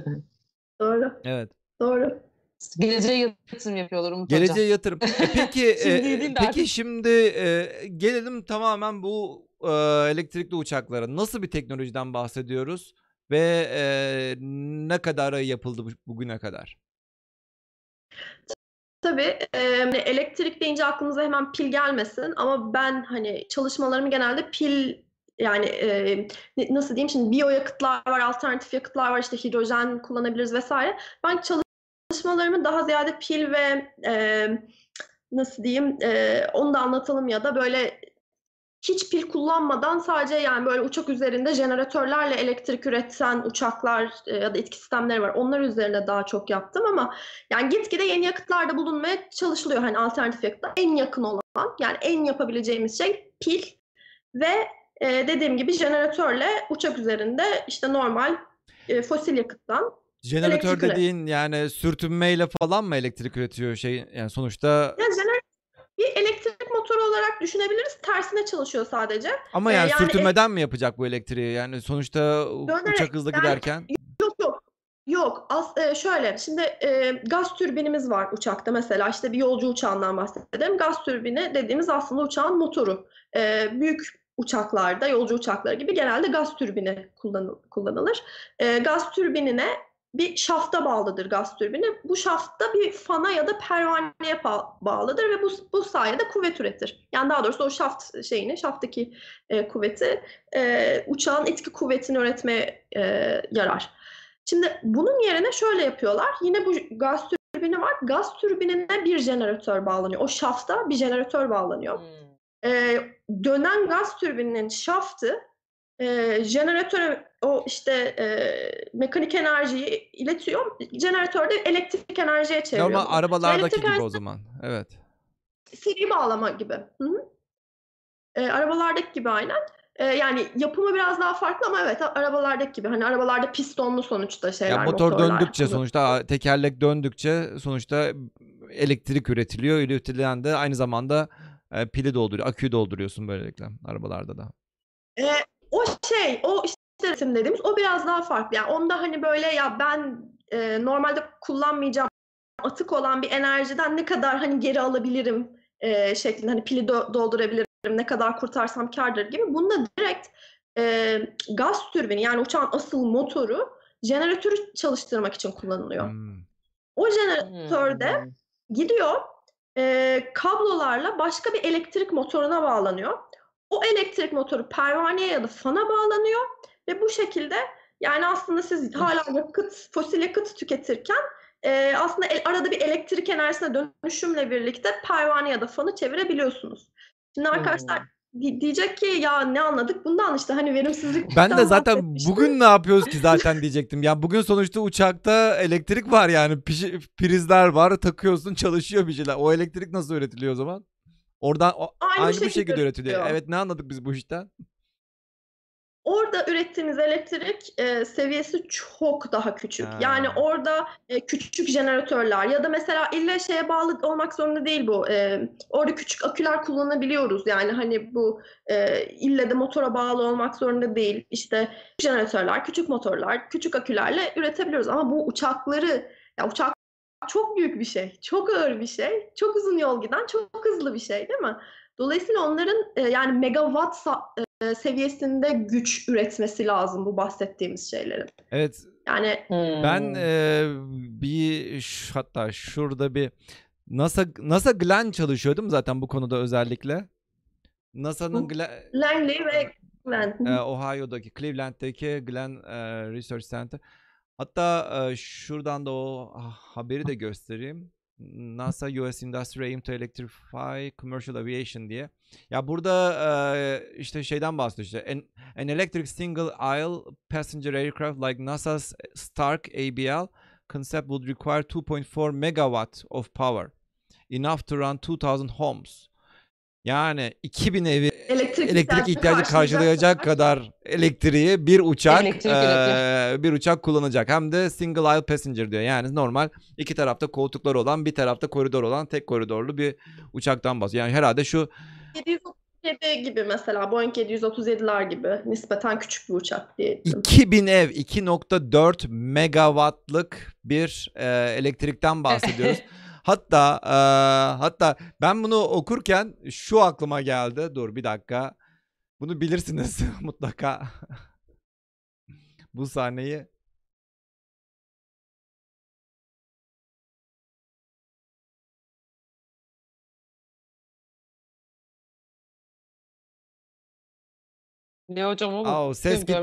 Doğru, Evet. doğru. Geleceğe yatırım yapıyorlar Umut Hocam. Geleceğe yatırım. E peki Şimdi e, değil de peki artık. şimdi e, gelelim tamamen bu e, elektrikli uçaklara. Nasıl bir teknolojiden bahsediyoruz ve e, ne kadarı yapıldı bu- bugüne kadar? Tabii e, hani elektrik deyince aklımıza hemen pil gelmesin, ama ben hani çalışmalarımı genelde pil, yani e, ne- nasıl diyeyim, şimdi biyoyakıtlar var, alternatif yakıtlar var, işte hidrojen kullanabiliriz vesaire. Ben çalışmalarımı daha ziyade pil ve e, nasıl diyeyim, e, onu da anlatalım, ya da böyle hiç pil kullanmadan sadece, yani böyle uçak üzerinde jeneratörlerle elektrik üreten uçaklar e, ya da itki sistemleri var. Onlar üzerine daha çok yaptım, ama yani gitgide yeni yakıtlarda bulunmaya çalışılıyor. Hani alternatif yakıtlar en yakın olan, yani en yapabileceğimiz şey pil ve e, dediğim gibi jeneratörle uçak üzerinde işte normal e, fosil yakıttan Jeneratör elektrik üret. dediğin yani sürtünmeyle falan mı elektrik üretiyor şey, yani sonuçta, Yani jeneratör bir elektrik motoru olarak düşünebiliriz. Tersine çalışıyor sadece. ama E, yani yani sürtünmeden mi yapacak bu elektriği? Yani sonuçta u- uçak dönerek, hızlı yani giderken. yok yok. Yok. As, e, şöyle. Şimdi e, gaz türbinimiz var uçakta mesela. İşte bir yolcu uçağından bahsedelim. Gaz türbini dediğimiz aslında uçağın motoru. E, büyük uçaklarda, yolcu uçakları gibi genelde gaz türbini kullanıl- kullanılır. E, gaz türbinine bir şafta bağlıdır gaz türbini. Bu şafta bir fana ya da pervaneye bağlıdır ve bu, bu sayede kuvvet üretir. Yani daha doğrusu o şaft şeyini, şaftaki e, kuvveti e, uçağın etki kuvvetini üretmeye e, yarar. Şimdi bunun yerine şöyle yapıyorlar. Yine bu gaz türbini var. Gaz türbinine bir jeneratör bağlanıyor. O şafta bir jeneratör bağlanıyor. Hmm. E, dönen gaz türbininin şaftı e, jeneratöre o işte e, mekanik enerjiyi iletiyor. Jeneratör de elektrik enerjiye çeviriyor. Normal arabalardaki gibi enerji... o zaman. Evet. Seri bağlama gibi. Hı -hı. E, arabalardaki gibi aynen. E, yani yapımı biraz daha farklı ama evet arabalardaki gibi. Hani arabalarda pistonlu sonuçta şeyler. Ya motor döndükçe sonuçta tekerlek döndükçe sonuçta elektrik üretiliyor. Üretilen de aynı zamanda e, pili dolduruyor. Aküyü dolduruyorsun böylelikle arabalarda da. E, o şey o işte üretim dediğimiz o biraz daha farklı. Yani onda hani böyle ya ben e, normalde kullanmayacağım atık olan bir enerjiden ne kadar hani geri alabilirim e, şeklinde hani pili do doldurabilirim, ne kadar kurtarsam kârdır gibi. Bunda direkt e, gaz türbini yani uçağın asıl motoru jeneratörü çalıştırmak için kullanılıyor. Hmm. O jeneratörde hmm. gidiyor e, kablolarla başka bir elektrik motoruna bağlanıyor. O elektrik motoru pervaneye ya da fana bağlanıyor ve bu şekilde yani aslında siz hala yakıt, fosil yakıt tüketirken e, aslında el, arada bir elektrik enerjisine dönüşümle birlikte pervane ya da fanı çevirebiliyorsunuz. Şimdi arkadaşlar hmm. diyecek ki ya ne anladık bundan işte hani verimsizlik. Ben de zaten bugün ne yapıyoruz ki zaten diyecektim. Ya bugün sonuçta uçakta elektrik var yani prizler var takıyorsun çalışıyor bir şeyler. O elektrik nasıl üretiliyor o zaman? Oradan o, aynı, aynı bu şekilde, şekilde üretiliyor. Evet ne anladık biz bu işten? Orada ürettiğiniz elektrik e, seviyesi çok daha küçük. Ha. Yani orada e, küçük jeneratörler ya da mesela illa şeye bağlı olmak zorunda değil bu. E, orada küçük aküler kullanabiliyoruz. Yani hani bu e, illa da motora bağlı olmak zorunda değil. İşte jeneratörler, küçük motorlar, küçük akülerle üretebiliyoruz. Ama bu uçakları, ya uçak çok büyük bir şey, çok ağır bir şey, çok uzun yol giden, çok hızlı bir şey değil mi? Dolayısıyla onların e, yani megawatt e, seviyesinde güç üretmesi lazım bu bahsettiğimiz şeylerin. Evet. Yani ben e, bir hatta şurada bir NASA NASA Glenn çalışıyordum zaten bu konuda özellikle. NASA'nın Glenn, Langley ve Glenn. E, Ohio'daki Cleveland'daki Glenn e, Research Center. Hatta e, şuradan da o haberi de göstereyim. NASA U S Industry Aim to Electrify Commercial Aviation diye. Ya burada e, işte şeyden bahsediyor işte. An, an electric single aisle passenger aircraft like NASA's Stark A B L concept would require two point four megawatt of power. Enough to run two thousand homes. Yani iki bin evi elektrik, elektrik ihtiyacı karşılayacak kadar elektriği bir uçak e, bir uçak kullanacak. Hem de single aisle passenger diyor. Yani normal iki tarafta koltuklar olan, bir tarafta koridor olan tek koridorlu bir uçaktan bahsediyor. Yani herhalde şu yedi yüz otuz yedi gibi mesela Boeing yedi yüz otuz yediler gibi nispeten küçük bir uçak diye. iki bin ev, iki nokta dört megawattlık bir e, elektrikten bahsediyoruz. Hatta e, hatta ben bunu okurken şu aklıma geldi. Dur bir dakika. Bunu bilirsiniz mutlaka. Bu sahneyi. Ne hocam o? Aa, o ses git.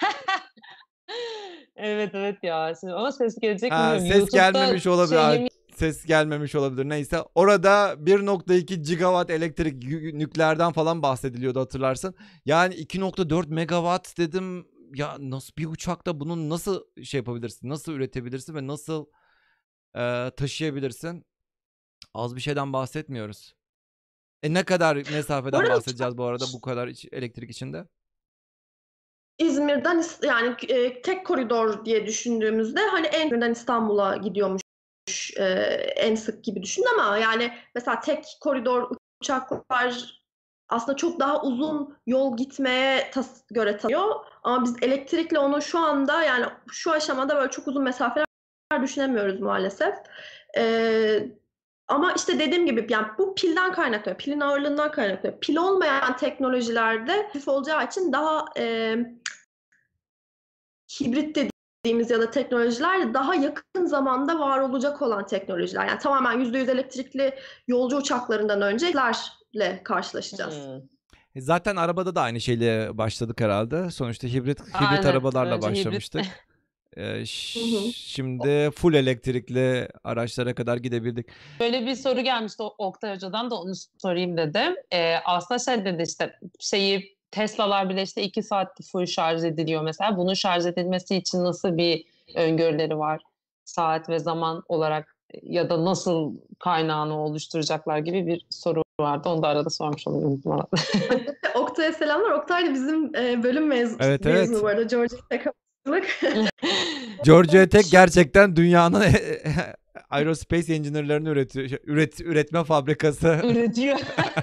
Evet evet ya. Şimdi ama ses gelecek mi ha, bilmiyorum. Ses YouTube'da gelmemiş olabilir. şey Ay, yemin... Ses gelmemiş olabilir. Neyse. Orada bir nokta iki gigawatt elektrik nükleerden falan bahsediliyordu hatırlarsın. Yani iki nokta dört megawatt dedim. Ya nasıl bir uçakta bunu nasıl şey yapabilirsin? Nasıl üretebilirsin ve nasıl e, taşıyabilirsin? Az bir şeyden bahsetmiyoruz. E ne kadar mesafeden Orada bahsedeceğiz bu arada bu kadar iç, elektrik içinde? İzmir'den yani e, tek koridor diye düşündüğümüzde hani en İzmir'den İstanbul'a gidiyormuş e, en sık gibi düşün ama yani mesela tek koridor uçaklar aslında çok daha uzun yol gitmeye tas göre tanıyor ama biz elektrikle onu şu anda yani şu aşamada böyle çok uzun mesafeler düşünemiyoruz maalesef. E, ama işte dediğim gibi yani bu pilden kaynaklanıyor, pilin ağırlığından kaynaklanıyor. Pil olmayan teknolojilerde hafif olacağı için daha e, hibrit dediğimiz ya da teknolojiler daha yakın zamanda var olacak olan teknolojiler. Yani tamamen yüzde yüz elektrikli yolcu uçaklarından öncelerle karşılaşacağız. Hmm. Zaten arabada da aynı şeyle başladık herhalde. Sonuçta hibrit hibrit Aynen. arabalarla Önce hibrit. başlamıştık. Ee, ş- Hı hı. şimdi full elektrikli araçlara kadar gidebildik. Böyle bir soru gelmişti O- Oktay Hoca'dan da onu sorayım dedim. Ee, aslında şey dedi işte şeyi Tesla'lar bile işte iki saatte full şarj ediliyor mesela. Bunun şarj edilmesi için nasıl bir öngörüleri var? Saat ve zaman olarak ya da nasıl kaynağını oluşturacaklar gibi bir soru vardı. Onu da arada sormuş olayım. Oktay'a selamlar. Oktay da bizim e, bölüm mez Evet, mezunu evet. bu arada. Georgia Tech Havacılık. Georgia Tech gerçekten dünyanın aerospace engineer'larını üretiyor. Üret, üretme fabrikası. Üretiyor.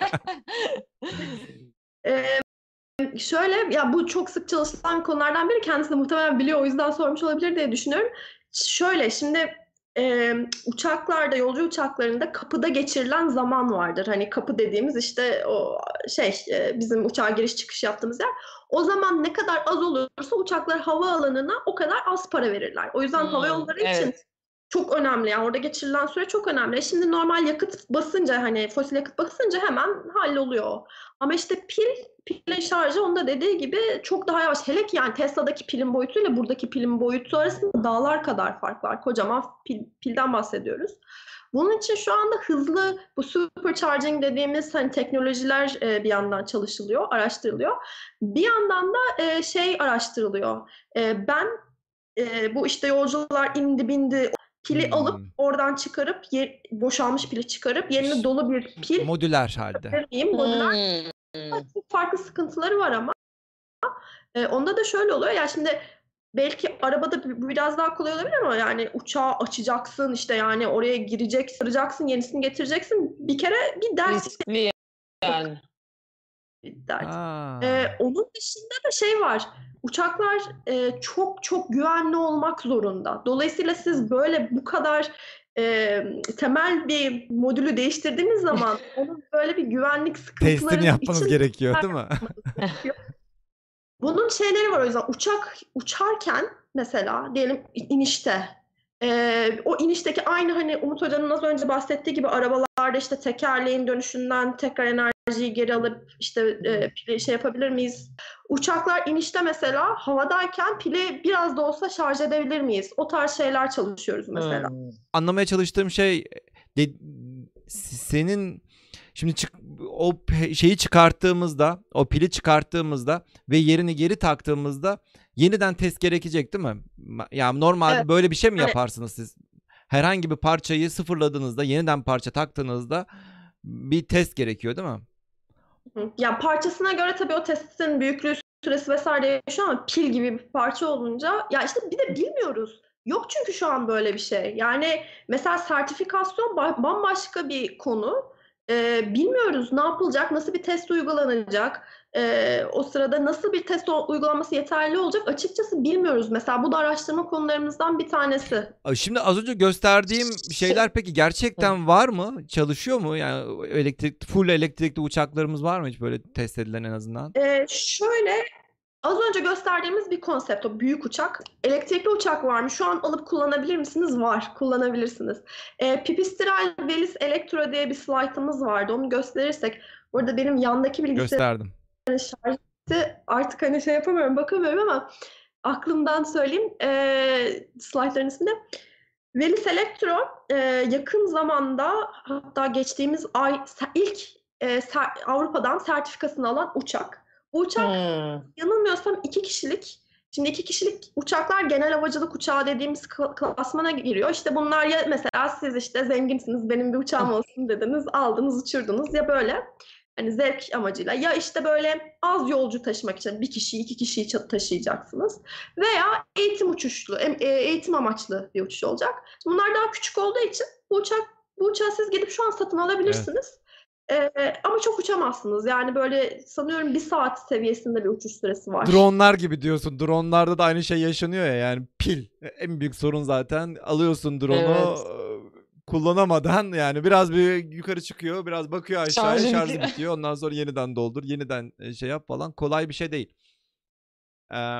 Ee, şöyle ya bu çok sık çalışılan konulardan biri. Kendisi de muhtemelen biliyor, o yüzden sormuş olabilir diye düşünüyorum. Şöyle şimdi e, uçaklarda, yolcu uçaklarında kapıda geçirilen zaman vardır. Hani kapı dediğimiz işte o şey e, bizim uçağa giriş çıkış yaptığımız yer. O zaman ne kadar az olursa uçaklar havaalanına o kadar az para verirler. O yüzden Hmm, hava yolları için evet. çok önemli. Yani orada geçirilen süre çok önemli. Şimdi normal yakıt basınca hani fosil yakıt basınca hemen halloluyor. Ama işte pil, pilin şarjı onda dediği gibi çok daha yavaş. Hele ki yani Tesla'daki pilin boyutuyla buradaki pilin boyutu arasında dağlar kadar fark var. Kocaman pil, pilden bahsediyoruz. Bunun için şu anda hızlı bu supercharging dediğimiz hani teknolojiler e, bir yandan çalışılıyor, araştırılıyor. Bir yandan da e, şey araştırılıyor. E, ben e, bu işte yolcular indi bindi pili Hmm. alıp oradan çıkarıp yer, boşalmış pili çıkarıp yerine dolu bir pil Modüler halde. vereyim. Modüler Hmm. çok farklı sıkıntıları var ama e, onda da şöyle oluyor. Yani şimdi belki arabada bu biraz daha kolay olabilir ama yani uçağı açacaksın işte yani oraya girecek, sıracaksın, yenisini getireceksin. Bir kere bir ders Riskli yani. bir dert. Ha. Ee, onun dışında da şey var. Uçaklar e, çok çok güvenli olmak zorunda. Dolayısıyla siz böyle bu kadar e, temel bir modülü değiştirdiğiniz zaman onun böyle bir güvenlik sıkıntıları Testini yapmanız için gerekiyor değil mi? bunun şeyleri var o yüzden uçak uçarken mesela diyelim inişte e, o inişteki aynı hani Umut Hoca'nın az önce bahsettiği gibi arabalarda işte tekerleğin dönüşünden tekrar enerjiyi geri alıp işte e, pili şey yapabilir miyiz? Uçaklar inişte mesela havadayken pili biraz da olsa şarj edebilir miyiz? O tarz şeyler çalışıyoruz mesela. Hmm. Anlamaya çalıştığım şey de, senin şimdi çık, o pe- şeyi çıkarttığımızda, o pili çıkarttığımızda ve yerini geri taktığımızda yeniden test gerekecek değil mi? Ma- Yani normalde Evet. böyle bir şey mi Yani- yaparsınız siz? Herhangi bir parçayı sıfırladığınızda, yeniden parça taktığınızda bir test gerekiyor değil mi? Hı. Yani parçasına göre tabii o testin büyüklüğü, süresi vesaire değişiyor ama pil gibi bir parça olunca ya işte bir de bilmiyoruz. Yok çünkü şu an böyle bir şey. Yani mesela sertifikasyon ba- bambaşka bir konu. Ee, bilmiyoruz ne yapılacak, nasıl bir test uygulanacak, ee, o sırada nasıl bir test o- uygulanması yeterli olacak açıkçası bilmiyoruz. Mesela bu da araştırma konularımızdan bir tanesi. Şimdi az önce gösterdiğim şeyler peki gerçekten var mı? Çalışıyor mu? Yani elektrik full elektrikli uçaklarımız var mı hiç böyle test edilen en azından? Ee, şöyle az önce gösterdiğimiz bir konsept o büyük uçak. Elektrikli uçak var mı? Şu an alıp kullanabilir misiniz? Var. Kullanabilirsiniz. Ee, Pipistrel Velis Electro diye bir slaytımız vardı. Onu gösterirsek. Burada benim yandaki bilgisayarın Gösterdim. şarjı artık hani şey yapamıyorum, bakamıyorum ama aklımdan söyleyeyim. Ee, slaytların ismi de. Velis Electro e, yakın zamanda hatta geçtiğimiz ay se- ilk e, ser- Avrupa'dan sertifikasını alan uçak. Bu uçak Hmm. yanılmıyorsam iki kişilik. Şimdi iki kişilik uçaklar genel havacılık uçağı dediğimiz kla- klasmana giriyor. İşte bunlar ya mesela siz işte zenginsiniz benim bir uçağım olsun dediniz aldınız uçurdunuz ya böyle hani zevk amacıyla ya işte böyle az yolcu taşımak için bir kişiyi iki kişiyi ça- taşıyacaksınız veya eğitim uçuşlu em- e, eğitim amaçlı bir uçuş olacak. Bunlar daha küçük olduğu için bu uçak bu uçağı siz gidip şu an satın alabilirsiniz. Ee, ama çok uçamazsınız. Yani böyle sanıyorum bir saat seviyesinde bir uçuş süresi var. Dronlar gibi diyorsun. Dronlarda da aynı şey yaşanıyor ya yani pil. En büyük sorun zaten alıyorsun drone'u Evet. kullanamadan yani biraz bir yukarı çıkıyor, biraz bakıyor aşağıya, Şarjı şarjı bitiyor. bitiyor. Ondan sonra yeniden doldur, yeniden şey yap falan. Kolay bir şey değil. Ee,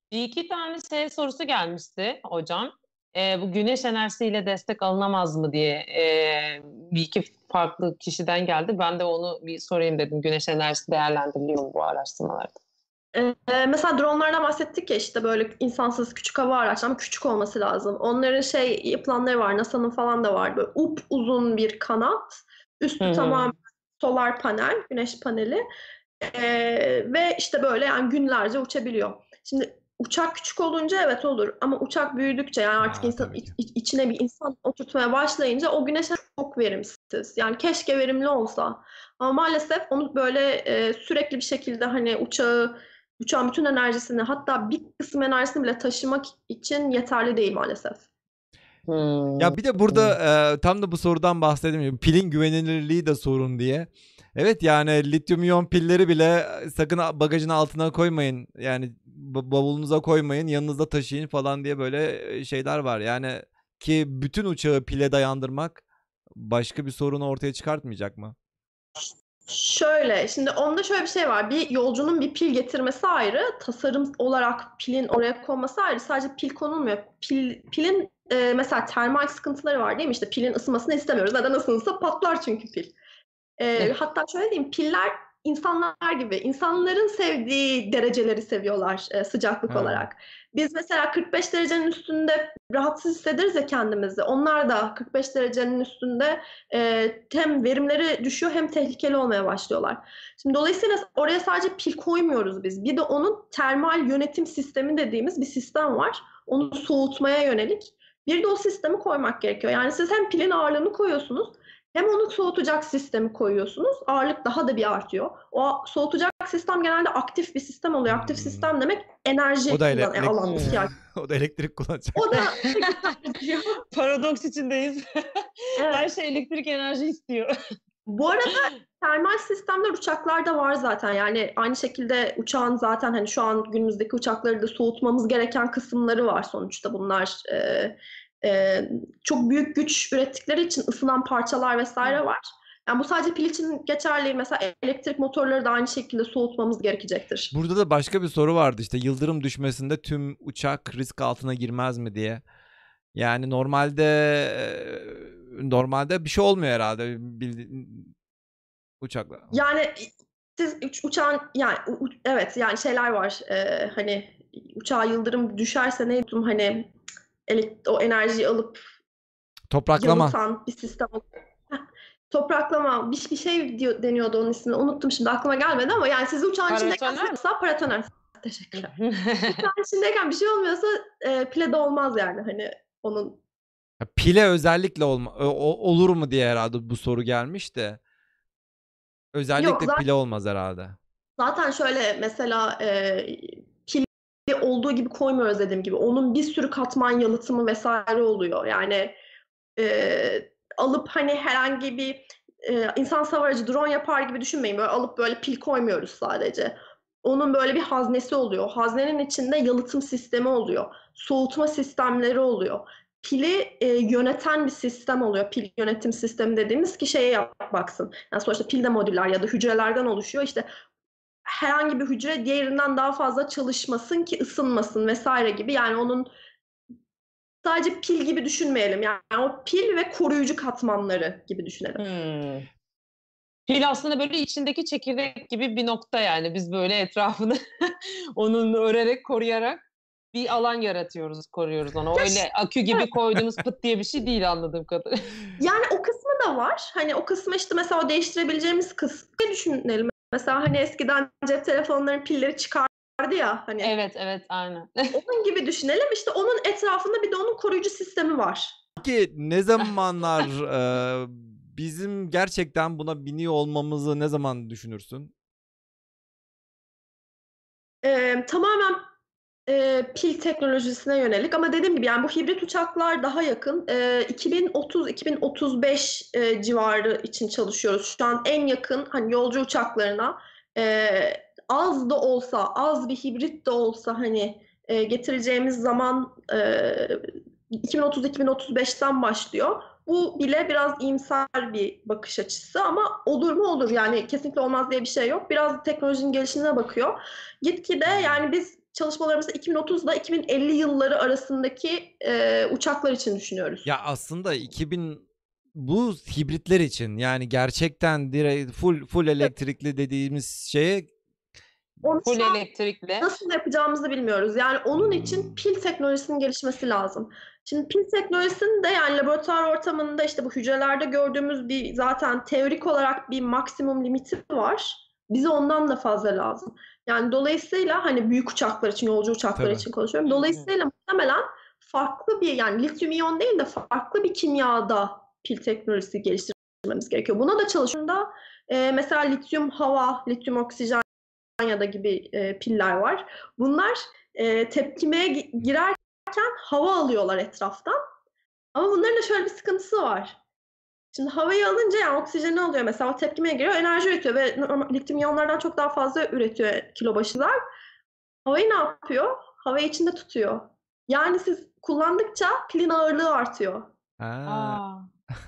Bir iki tane şey sorusu gelmişti hocam. Ee, bu güneş enerjisiyle destek alınamaz mı diye ee, bir iki farklı kişiden geldi. Ben de onu bir sorayım dedim. Güneş enerjisi değerlendiriliyor mu bu araştırmalarda? Ee, mesela dronlardan bahsettik ya, işte böyle insansız küçük hava araçları, ama küçük olması lazım. Onların şey yapılanları var, NASA'nın falan da var. Böyle up uzun bir kanat, üstü Hı hı. tamamen solar panel, güneş paneli. Ee, ve işte böyle yani günlerce uçabiliyor. Şimdi uçak küçük olunca evet olur, ama uçak büyüdükçe, yani artık Aa, insan tabii ki. iç- içine bir insan oturtmaya başlayınca o güneş çok verimsiz. Yani keşke verimli olsa. Ama maalesef onu böyle e, sürekli bir şekilde hani uçağı uçağın bütün enerjisini, hatta bir kısım enerjisini bile taşımak için yeterli değil maalesef. Hmm. Ya bir de burada e, tam da bu sorudan bahsedeyim. Pilin güvenilirliği de sorun diye. Evet, yani lityum iyon pilleri bile e, sakın bagajın altına koymayın. Yani ba- bavulunuza koymayın, yanınızda taşıyın falan diye böyle e, şeyler var. Yani ki bütün uçağı pile dayandırmak başka bir sorunu ortaya çıkartmayacak mı? Şöyle, şimdi onda şöyle bir şey var. Bir yolcunun bir pil getirmesi ayrı, tasarım olarak pilin oraya konması ayrı. Sadece pil konulmuyor. Pil, pilin e, mesela termal sıkıntıları var değil mi? İşte pilin ısınmasını istemiyoruz. Neden? Isınırsa patlar çünkü pil. E, hatta şöyle diyeyim, piller insanlar gibi. İnsanların sevdiği dereceleri seviyorlar e, sıcaklık Ha. olarak. Biz mesela kırk beş derecenin üstünde rahatsız hissederiz ya kendimizi. Onlar da kırk beş derecenin üstünde e, hem verimleri düşüyor hem tehlikeli olmaya başlıyorlar. Şimdi dolayısıyla oraya sadece pil koymuyoruz biz. Bir de onun termal yönetim sistemi dediğimiz bir sistem var. Onu soğutmaya yönelik. Bir de o sistemi koymak gerekiyor. Yani siz hem pilin ağırlığını koyuyorsunuz, hem onu soğutacak sistemi koyuyorsunuz. Ağırlık daha da bir artıyor. O soğutacak sistem genelde aktif bir sistem oluyor. Aktif Hmm. sistem demek enerji O da kullan- elektrik. alan ihtiyaç. O da elektrik kullanacak. O da Paradoks içindeyiz. Her evet. şey elektrik enerji istiyor. Bu arada termal sistemler uçaklarda var zaten. Yani aynı şekilde uçağın zaten hani şu an günümüzdeki uçakları da soğutmamız gereken kısımları var sonuçta. Bunlar e, e, çok büyük güç ürettikleri için ısınan parçalar vesaire var. Yani bu sadece pil için geçerli değil. Mesela elektrik motorları da aynı şekilde soğutmamız gerekecektir. Burada da başka bir soru vardı, işte yıldırım düşmesinde tüm uçak risk altına girmez mi diye. Yani normalde e, normalde bir şey olmuyor herhalde bildi- uçakla. Yani siz uç- uçağın yani u- u- evet yani şeyler var. Ee, hani uçağa yıldırım düşerse ne diyeyim, hani elek- o enerjiyi alıp Topraklama. yalıtan bir sistem. Heh, topraklama bir, bir şey diyor, deniyordu onun ismini. Unuttum şimdi, aklıma gelmedi, ama yani siz uçağın içindeyken Paratoner mi? mesela paratoner. Teşekkürler. Uçağın içindeyken bir şey olmuyorsa e, pile de olmaz yani, hani onun. Ya pile özellikle olma o- o- olur mu diye herhalde bu soru gelmiş de. Yok Özellikle zaten, pile olmaz herhalde. zaten şöyle mesela e, pili olduğu gibi koymuyoruz dediğim gibi. Onun bir sürü katman yalıtımı vesaire oluyor. Yani e, alıp hani herhangi bir e, insan hava aracı drone yapar gibi düşünmeyin. Böyle alıp böyle pil koymuyoruz sadece. Onun böyle bir haznesi oluyor. Haznenin içinde yalıtım sistemi oluyor. Soğutma sistemleri oluyor. Pili e, yöneten bir sistem oluyor. Pil yönetim sistemi dediğimiz ki şeye yap baksın. Yani sonuçta pil de modüler ya da hücrelerden oluşuyor. İşte herhangi bir hücre diğerinden daha fazla çalışmasın ki ısınmasın vesaire gibi. Yani onun sadece pil gibi düşünmeyelim. Yani o pil ve koruyucu katmanları gibi düşünelim. Hmm. Pil aslında böyle içindeki çekirdek gibi bir nokta yani. Biz böyle etrafını onun örerek, koruyarak bir alan yaratıyoruz, koruyoruz onu. O öyle akü gibi koyduğumuz pıt diye bir şey değil anladığım kadarıyla. Yani o kısmı da var. Hani o kısmı işte mesela o değiştirebileceğimiz kısmı düşünelim. Mesela hani eskiden cep telefonlarının pilleri çıkardı ya hani. Evet, evet, aynen. Onun gibi düşünelim. İşte onun etrafında bir de onun koruyucu sistemi var. Peki ne zamanlar e, bizim gerçekten buna biniyor olmamızı ne zaman düşünürsün? Ee, tamamen e, pil teknolojisine yönelik, ama dediğim gibi yani bu hibrit uçaklar daha yakın. E, iki bin otuz iki bin otuz beş e, civarı için çalışıyoruz. Şu an en yakın hani yolcu uçaklarına e, az da olsa, az bir hibrit de olsa hani e, getireceğimiz zaman e, iki bin otuz iki bin otuz beşten başlıyor. Bu bile biraz iyimser bir bakış açısı, ama olur mu olur, yani kesinlikle olmaz diye bir şey yok. Biraz teknolojinin gelişimine bakıyor. Gitgide yani biz çalışmalarımızı iki bin otuzda iki bin elli yılları arasındaki e, uçaklar için düşünüyoruz. Ya aslında iki bin bu hibritler için yani gerçekten direkt full full elektrikli dediğimiz şeye Onu Full şu an elektrikli. nasıl yapacağımızı bilmiyoruz. Yani onun için pil teknolojisinin gelişmesi lazım. Şimdi pil teknolojisinin de yani laboratuvar ortamında işte bu hücrelerde gördüğümüz bir zaten teorik olarak bir maksimum limiti var. Bize ondan da fazla lazım. Yani dolayısıyla hani büyük uçaklar için, yolcu uçaklar Tabii. için konuşuyorum. Hı hı. Dolayısıyla muhtemelen farklı bir yani lityum iyon değil de farklı bir kimyada pil teknolojisi geliştirmemiz gerekiyor. Buna da çalışında e, mesela lityum hava, lityum oksijen ya da gibi e, piller var. Bunlar e, tepkimeye gi- girerken hava alıyorlar etraftan. Ama bunların da şöyle bir sıkıntısı var. Şimdi havayı alınca yani oksijeni alıyor mesela o tepkimeye giriyor, enerji üretiyor ve normal, lityum iyonlardan çok daha fazla üretiyor kilo başına. Havayı ne yapıyor? Havayı içinde tutuyor. Yani siz kullandıkça pilin ağırlığı artıyor. ha, Aa,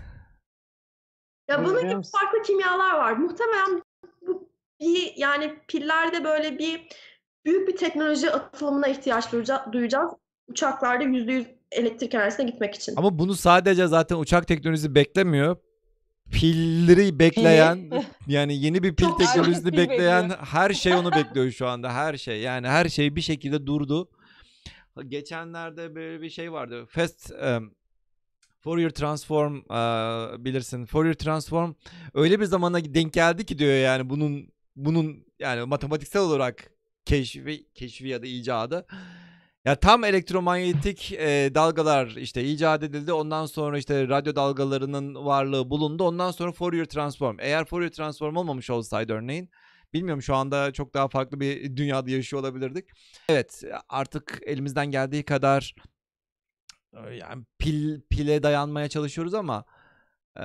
Ya bunun görüyor gibi musun? farklı kimyalar var. Muhtemelen bu bir yani pillerde böyle bir büyük bir teknoloji atılımına ihtiyaç duyuca- duyacağız. Uçaklarda yüzde yüz elektrik enerjisine gitmek için. ama bunu sadece zaten uçak teknolojisi beklemiyor. Pilleri bekleyen yani yeni bir pil Çok teknolojisini pil bekleyen bekliyor. her şey onu bekliyor şu anda. Her şey yani her şey bir şekilde durdu. Geçenlerde böyle bir şey vardı. Fast um, Fourier Transform uh, bilirsin. Fourier Transform öyle bir zamana denk geldi ki diyor yani bunun bunun yani matematiksel olarak keşfi keşfi ya da icadı. Ya tam elektromanyetik e, dalgalar işte icat edildi. Ondan sonra işte radyo dalgalarının varlığı bulundu. Ondan sonra Fourier Transform. Eğer Fourier Transform olmamış olsaydı örneğin bilmiyorum şu anda çok daha farklı bir dünyada yaşıyor olabilirdik. Evet artık elimizden geldiği kadar yani pil pile dayanmaya çalışıyoruz ama eee,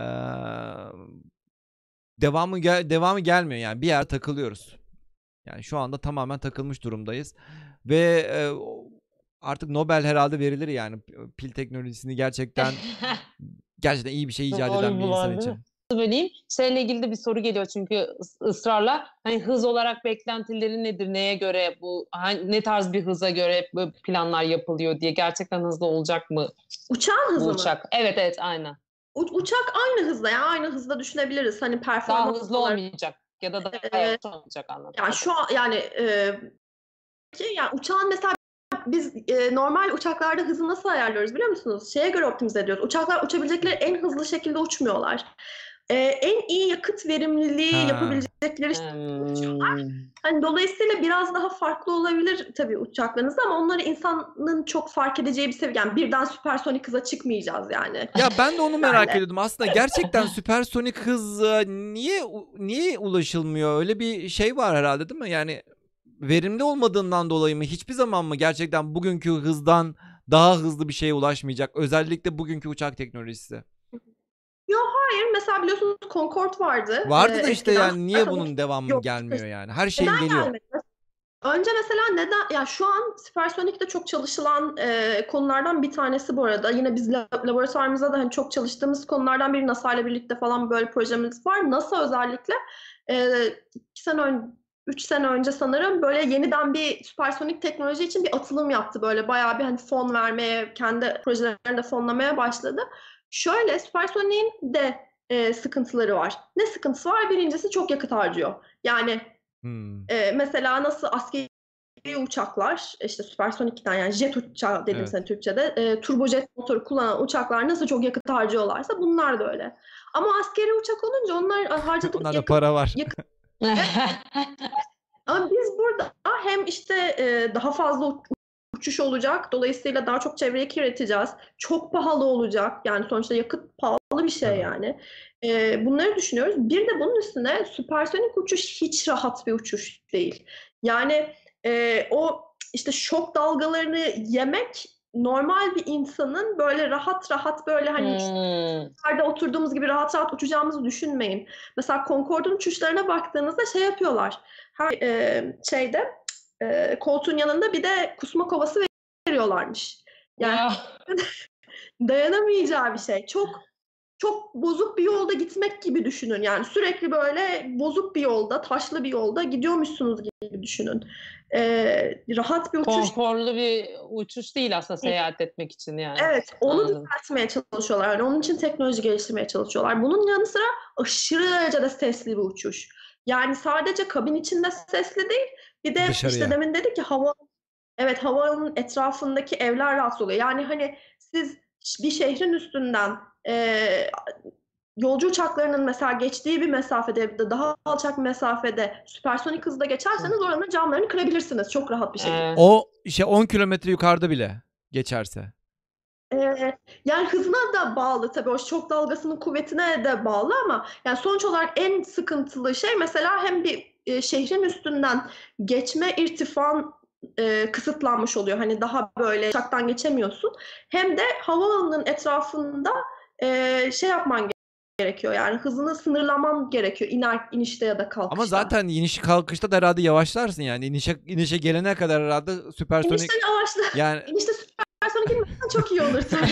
devamı gel devamı gelmiyor yani bir yer takılıyoruz. Yani şu anda tamamen takılmış durumdayız ve eee, artık Nobel herhalde verilir yani pil teknolojisini gerçekten gerçekten iyi bir şey icat Doğru eden bir insan bulan değil mi? için. Böleyim. Seninle ilgili de bir soru geliyor çünkü ıs- ısrarla. Hani hız olarak beklentileri nedir? Neye göre bu hani ne tarz bir hıza göre bu planlar yapılıyor diye. Gerçekten hızlı olacak mı Uçağın bu hızı mı? uçak? Evet evet aynen. U- uçak aynı hızda yani aynı hızda düşünebiliriz. Hani Daha performans hızlı olarak. olmayacak ya da daha Ee, yavaş olmayacak anladım. yani şu an yani, e, ki yani uçağın mesela biz e, normal uçaklarda hızı nasıl ayarlıyoruz biliyor musunuz? Şeye göre optimize ediyoruz. Uçaklar uçabilecekleri en hızlı şekilde uçmuyorlar. E, en iyi yakıt verimliliği Ha. yapabilecekleri şekilde uçuyorlar. Hmm. Hani dolayısıyla biraz daha farklı olabilir tabii uçaklarınız ama onları insanın çok fark edeceği bir seviye. Yani birden süpersonik hıza çıkmayacağız yani. Ya ben de onu merak Yani. ediyordum. Aslında gerçekten süpersonik hız e, niye niye ulaşılmıyor? Öyle bir şey var herhalde değil mi? Yani verimli olmadığından dolayı mı? Hiçbir zaman mı gerçekten bugünkü hızdan daha hızlı bir şeye ulaşmayacak? Özellikle bugünkü uçak teknolojisi. Hayır mesela biliyorsunuz Concorde vardı. Vardı e, da işte eskiden. yani niye bunun devamı Yok. gelmiyor yani? Her şeyin Neden geliyor. gelmedi? Önce mesela neden, ya şu an süpersonikte çok çalışılan e, konulardan bir tanesi bu arada. Yine biz lab- laboratuvarımızda da hani çok çalıştığımız konulardan biri NASA ile birlikte falan böyle projemiz var. NASA özellikle e, iki sene önce, üç sene önce sanırım böyle yeniden bir süpersonik teknoloji için bir atılım yaptı. Böyle bayağı bir hani fon vermeye, kendi projelerini de fonlamaya başladı. Şöyle süpersoniğin de e, sıkıntıları var. Ne sıkıntısı var? Birincisi çok yakıt harcıyor. Yani Hmm, e, mesela nasıl askeri uçaklar işte süpersonikten yani jet uçağı dedim evet. sana Türkçe'de e, turbojet motoru kullanan uçaklar nasıl çok yakıt harcıyorlarsa bunlar da öyle. Ama askeri uçak olunca onlar harcadığı Onlarda yakıt para var. ama biz burada hem işte e, daha fazla u- uçuş olacak. Dolayısıyla daha çok çevreyi kirleteceğiz. Çok pahalı olacak. Yani sonuçta yakıt pahalı bir şey Tabii. yani. E, bunları düşünüyoruz. Bir de bunun üstüne süpersonik uçuş hiç rahat bir uçuş değil. Yani e, o işte şok dalgalarını yemek normal bir insanın böyle rahat rahat böyle hani Hmm. yerde oturduğumuz gibi rahat rahat uçacağımızı düşünmeyin. Mesela Concorde'un uçuşlarına baktığınızda şey yapıyorlar. Her e, şeyde e, koltuğun yanında bir de kusma kovası veriyorlarmış. Yani Ya. dayanamayacağı bir şey. Çok çok bozuk bir yolda gitmek gibi düşünün. Yani sürekli böyle bozuk bir yolda, taşlı bir yolda gidiyormuşsunuz gibi düşünün. Ee, rahat bir uçuş. Konforlu bir uçuş değil aslında seyahat etmek için yani. Evet, onu Anladım. düzeltmeye çalışıyorlar. Yani onun için teknoloji geliştirmeye çalışıyorlar. Bunun yanı sıra aşırı derecede sesli bir uçuş. Yani sadece kabin içinde sesli değil, bir de Dışarıya. işte demin dedik ki hava, evet havanın etrafındaki evler rahatsız oluyor. Yani hani siz bir şehrin üstünden e, yolcu uçaklarının mesela geçtiği bir mesafede, daha alçak bir mesafede süpersonik hızda geçerseniz oranın camlarını kırabilirsiniz çok rahat bir şekilde. Evet. O şey on kilometre yukarıda bile geçerse. Ee, yani hızına da bağlı tabii, o şok dalgasının kuvvetine de bağlı ama yani sonuç olarak en sıkıntılı şey mesela hem bir e, şehrin üstünden geçme irtifan e, kısıtlanmış oluyor. Hani daha böyle uçaktan geçemiyorsun. Hem de havaalanının etrafında e, şey yapman gerekiyor. Yani hızını sınırlaman gerekiyor iner, inişte ya da kalkışta. Ama zaten iniş kalkışta da herhalde yavaşlarsın yani. İnişe, inişe gelene kadar herhalde süpersonik. İnişte yavaşla. Yani İnişte süpersonik inmezsen çok iyi olur tabii.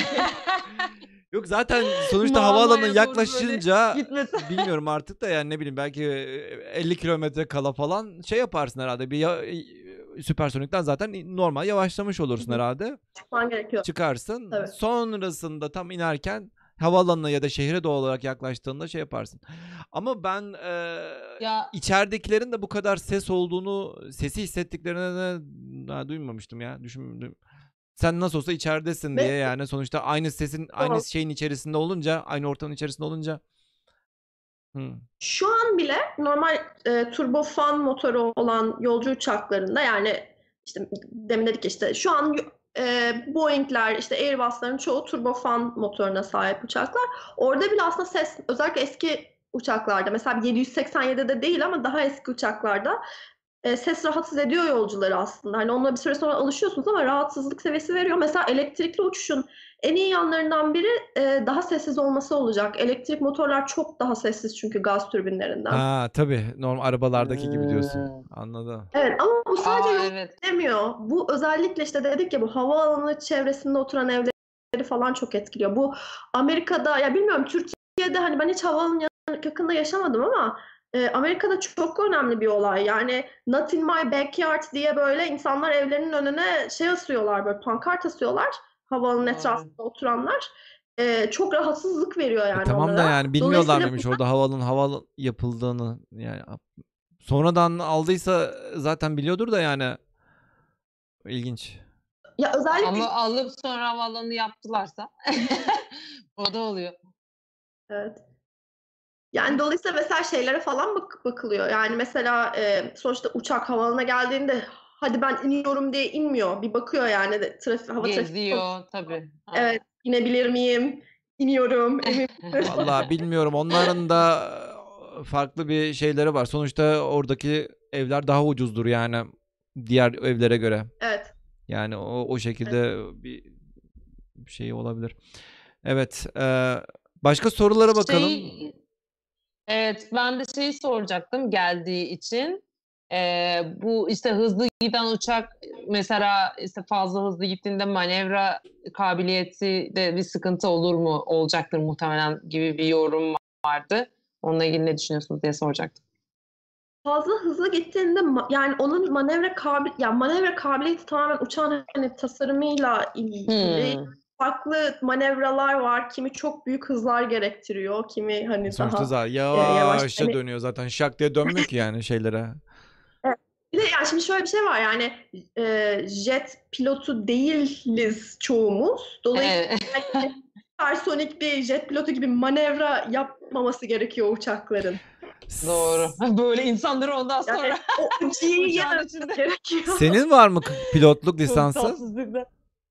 yok zaten sonuçta Mağaraya havaalanına doğru yaklaşınca gitmesi. bilmiyorum artık da yani ne bileyim belki elli kilometre kala falan şey yaparsın herhalde. Bir ya, süpersonikten zaten normal yavaşlamış olursun Hı hı. herhalde. Çıkman gerekiyor. Çıkarsın. Tabii. Sonrasında tam inerken havaalanına ya da şehre doğal olarak yaklaştığında şey yaparsın. Ama ben e, Ya içeridekilerin de bu kadar ses olduğunu, sesi hissettiklerini de daha duymamıştım ya. Düşündüm. Sen nasıl olsa içeridesin diye Ve yani sonuçta aynı sesin, aynı Doğru. şeyin içerisinde olunca, aynı ortamın içerisinde olunca. Hı. Şu an bile normal e, turbofan motoru olan yolcu uçaklarında, yani işte demin dedik ya, işte şu an e, Boeing'ler, işte Airbus'ların çoğu turbofan motoruna sahip uçaklar. Orada bile aslında ses, özellikle eski uçaklarda, mesela yedi yüz seksen yedide değil ama daha eski uçaklarda e, ses rahatsız ediyor yolcuları aslında. Hani onunla bir süre sonra alışıyorsunuz ama rahatsızlık seviyesi veriyor. Mesela elektrikli uçuşun en iyi yanlarından biri e, daha sessiz olması olacak. Elektrik motorlar çok daha sessiz çünkü gaz türbinlerinden. Ha tabii normal arabalardaki gibi diyorsun. Hmm. Anladım. Evet ama bu sadece Aa, yol evet. demiyor. Bu özellikle işte dedik ya, bu havaalanı çevresinde oturan evleri falan çok etkiliyor. Bu Amerika'da, ya bilmiyorum Türkiye'de, hani ben hiç havaalanı yakında yaşamadım ama e, Amerika'da çok önemli bir olay. Yani "Not in my backyard" diye böyle insanlar evlerinin önüne şey asıyorlar, böyle pankart asıyorlar. Havaalanının Doğru. etrafında oturanlar. E, çok rahatsızlık veriyor E yani tamam da onlara. yani bilmiyorlar Dolayısıyla mıymış orada havaalanı hava yapıldığını yani sonradan aldıysa zaten biliyordur da yani ilginç. ya özellikle Ama alıp sonra havaalanı yaptılarsa o da oluyor. evet. Yani dolayısıyla mesela şeylere falan bak bakılıyor. Yani mesela e, sonuçta uçak havaalanına geldiğinde hadi ben iniyorum diye inmiyor. Bir bakıyor yani de, trafik, hava trafiği. Geziyor tabii. Evet, inebilir miyim? İniyorum. Emin misin? Vallahi bilmiyorum. Onların da farklı bir şeyleri var. Sonuçta oradaki evler daha ucuzdur yani diğer evlere göre. Evet. Yani o o şekilde bir şey olabilir. Evet. e, başka sorulara bakalım. Şey, evet ben de şeyi soracaktım geldiği için. Ee, bu işte hızlı giden uçak mesela işte fazla hızlı gittiğinde manevra kabiliyeti de bir sıkıntı olur mu? Olacaktır muhtemelen gibi bir yorum vardı. Onunla ilgili ne düşünüyorsunuz diye soracaktım. Fazla hızlı gittiğinde ma- yani onun manevra kabil yani manevra kabiliyeti tamamen uçağın hani tasarımıyla ilgili. Hmm. Farklı manevralar var. Kimi çok büyük hızlar gerektiriyor, kimi hani Sonuçta daha zaten e, yavaş. yavaşça Hani dönüyor zaten. Şak diye dönmüyor ki yani şeylere. evet. Bir de yani şimdi şöyle bir şey var, yani e, jet pilotu değiliz çoğumuz. Dolayısıyla Evet. yani süpersonik bir jet pilotu gibi manevra yapmaması gerekiyor uçakların. Doğru. Böyle insanları ondan Yani sonra o G'yi uçağın yememesi içinde gerekiyor. Senin var mı k- pilotluk çok lisansı? tatsızlıkla.